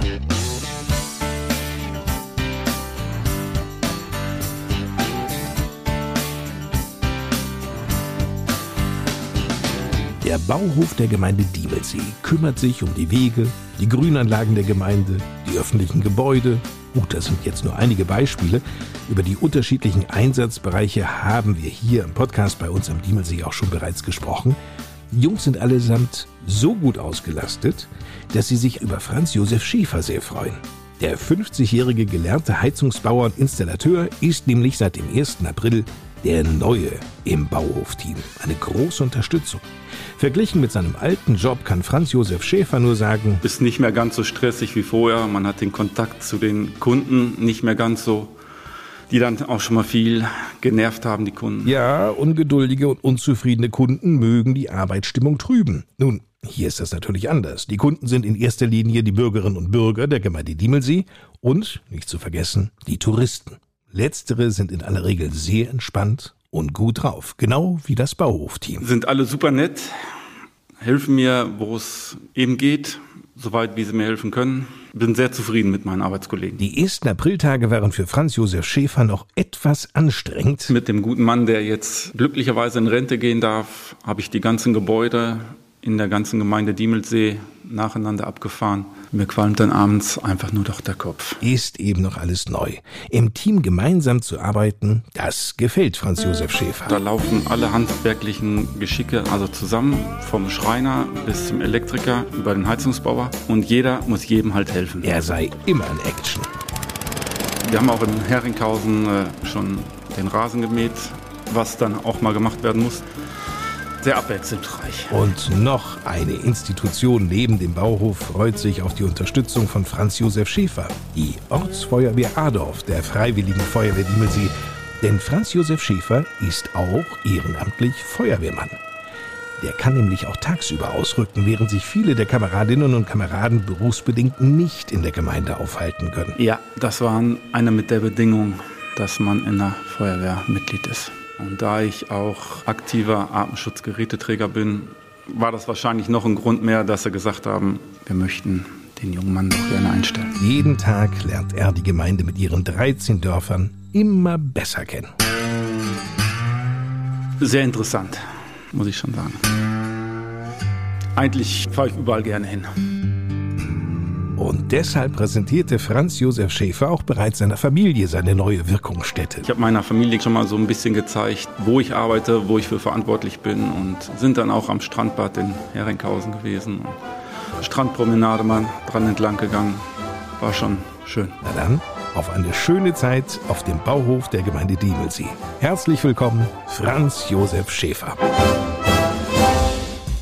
Der Bauhof der Gemeinde Diemelsee kümmert sich um die Wege, die Grünanlagen der Gemeinde, die öffentlichen Gebäude. Gut, das sind jetzt nur einige Beispiele. Über die unterschiedlichen Einsatzbereiche haben wir hier im Podcast bei uns am Diemelsee auch schon bereits gesprochen. Die Jungs sind allesamt so gut ausgelastet, dass sie sich über Franz Josef Schäfer sehr freuen. Der fünfzigjährige gelernte Heizungsbauer und Installateur ist nämlich seit dem ersten April der Neue im Bauhofteam. Eine große Unterstützung. Verglichen mit seinem alten Job kann Franz Josef Schäfer nur sagen: Ist nicht mehr ganz so stressig wie vorher. Man hat den Kontakt zu den Kunden nicht mehr ganz so, die dann auch schon mal viel genervt haben, die Kunden. Ja, ungeduldige und unzufriedene Kunden mögen die Arbeitsstimmung trüben. Nun, hier ist das natürlich anders. Die Kunden sind in erster Linie die Bürgerinnen und Bürger der Gemeinde Diemelsee und, nicht zu vergessen, die Touristen. Letztere sind in aller Regel sehr entspannt und gut drauf, genau wie das Bauhofteam. Sind alle super nett, helfen mir, wo es eben geht, soweit wie sie mir helfen können. Bin sehr zufrieden mit meinen Arbeitskollegen. Die ersten Apriltage waren für Franz Josef Schäfer noch etwas anstrengend. Mit dem guten Mann, der jetzt glücklicherweise in Rente gehen darf, habe ich die ganzen Gebäude in der ganzen Gemeinde Diemelsee nacheinander abgefahren. Mir qualmt dann abends einfach nur doch der Kopf. Ist eben noch alles neu. Im Team gemeinsam zu arbeiten, das gefällt Franz Josef Schäfer. Da laufen alle handwerklichen Geschicke also zusammen, vom Schreiner bis zum Elektriker über den Heizungsbauer. Und jeder muss jedem halt helfen. Er sei immer in Action. Wir haben auch in Heringhausen äh, schon den Rasen gemäht, was dann auch mal gemacht werden muss. Sehr abwechslungsreich. Und noch eine Institution neben dem Bauhof freut sich auf die Unterstützung von Franz Josef Schäfer, die Ortsfeuerwehr Adorf der Freiwilligen Feuerwehr Diemelsee. Denn Franz Josef Schäfer ist auch ehrenamtlich Feuerwehrmann. Der kann nämlich auch tagsüber ausrücken, während sich viele der Kameradinnen und Kameraden berufsbedingt nicht in der Gemeinde aufhalten können. Ja, das war eine mit der Bedingung, dass man in der Feuerwehr Mitglied ist. Und da ich auch aktiver Atemschutzgeräteträger bin, war das wahrscheinlich noch ein Grund mehr, dass sie gesagt haben, wir möchten den jungen Mann doch gerne einstellen. Jeden Tag lernt er die Gemeinde mit ihren dreizehn Dörfern immer besser kennen. Sehr interessant, muss ich schon sagen. Eigentlich fahre ich überall gerne hin. Und deshalb präsentierte Franz Josef Schäfer auch bereits seiner Familie seine neue Wirkungsstätte. Ich habe meiner Familie schon mal so ein bisschen gezeigt, wo ich arbeite, wo ich für verantwortlich bin und sind dann auch am Strandbad in Heringhausen gewesen. Und Strandpromenade mal dran entlang gegangen. War schon schön. Na dann, auf eine schöne Zeit auf dem Bauhof der Gemeinde Diemelsee. Herzlich willkommen, Franz Josef Schäfer.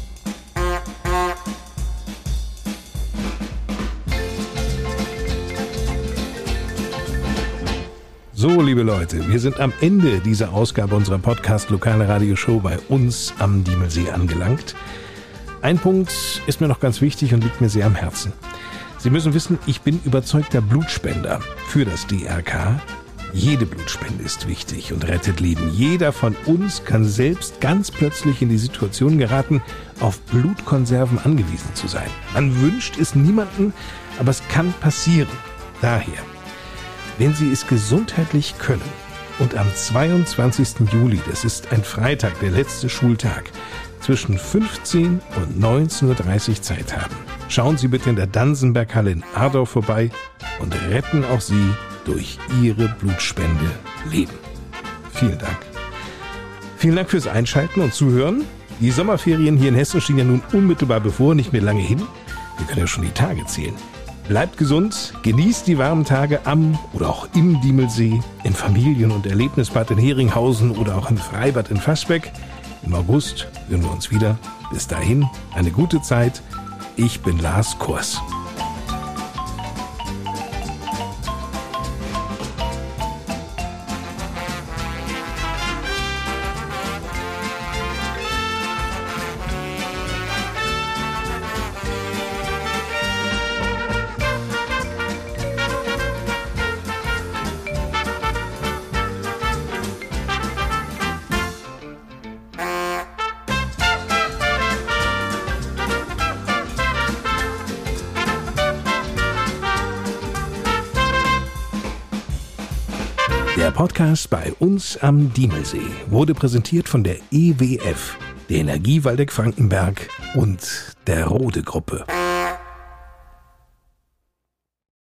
So, liebe Leute, wir sind am Ende dieser Ausgabe unserer Podcast Lokale Radioshow bei uns am Diemelsee angelangt. Ein Punkt ist mir noch ganz wichtig und liegt mir sehr am Herzen. Sie müssen wissen, ich bin überzeugter Blutspender für das D R K. Jede Blutspende ist wichtig und rettet Leben. Jeder von uns kann selbst ganz plötzlich in die Situation geraten, auf Blutkonserven angewiesen zu sein. Man wünscht es niemandem, aber es kann passieren. Daher, wenn Sie es gesundheitlich können und am zweiundzwanzigsten Juli, das ist ein Freitag, der letzte Schultag, zwischen fünfzehn und neunzehn Uhr dreißig Zeit haben, schauen Sie bitte in der Dansenberghalle in Ardau vorbei und retten auch Sie durch Ihre Blutspende Leben. Vielen Dank. Vielen Dank fürs Einschalten und Zuhören. Die Sommerferien hier in Hessen stehen ja nun unmittelbar bevor, nicht mehr lange hin. Wir können ja schon die Tage zählen. Bleibt gesund, genießt die warmen Tage am oder auch im Diemelsee, im Familien- und Erlebnisbad in Heringhausen oder auch im Freibad in Faschbeck. Im August hören wir uns wieder. Bis dahin, eine gute Zeit. Ich bin Lars Kors. Der Podcast bei uns am Diemelsee wurde präsentiert von der E W F, der Energie Waldeck-Frankenberg und der Rode Gruppe.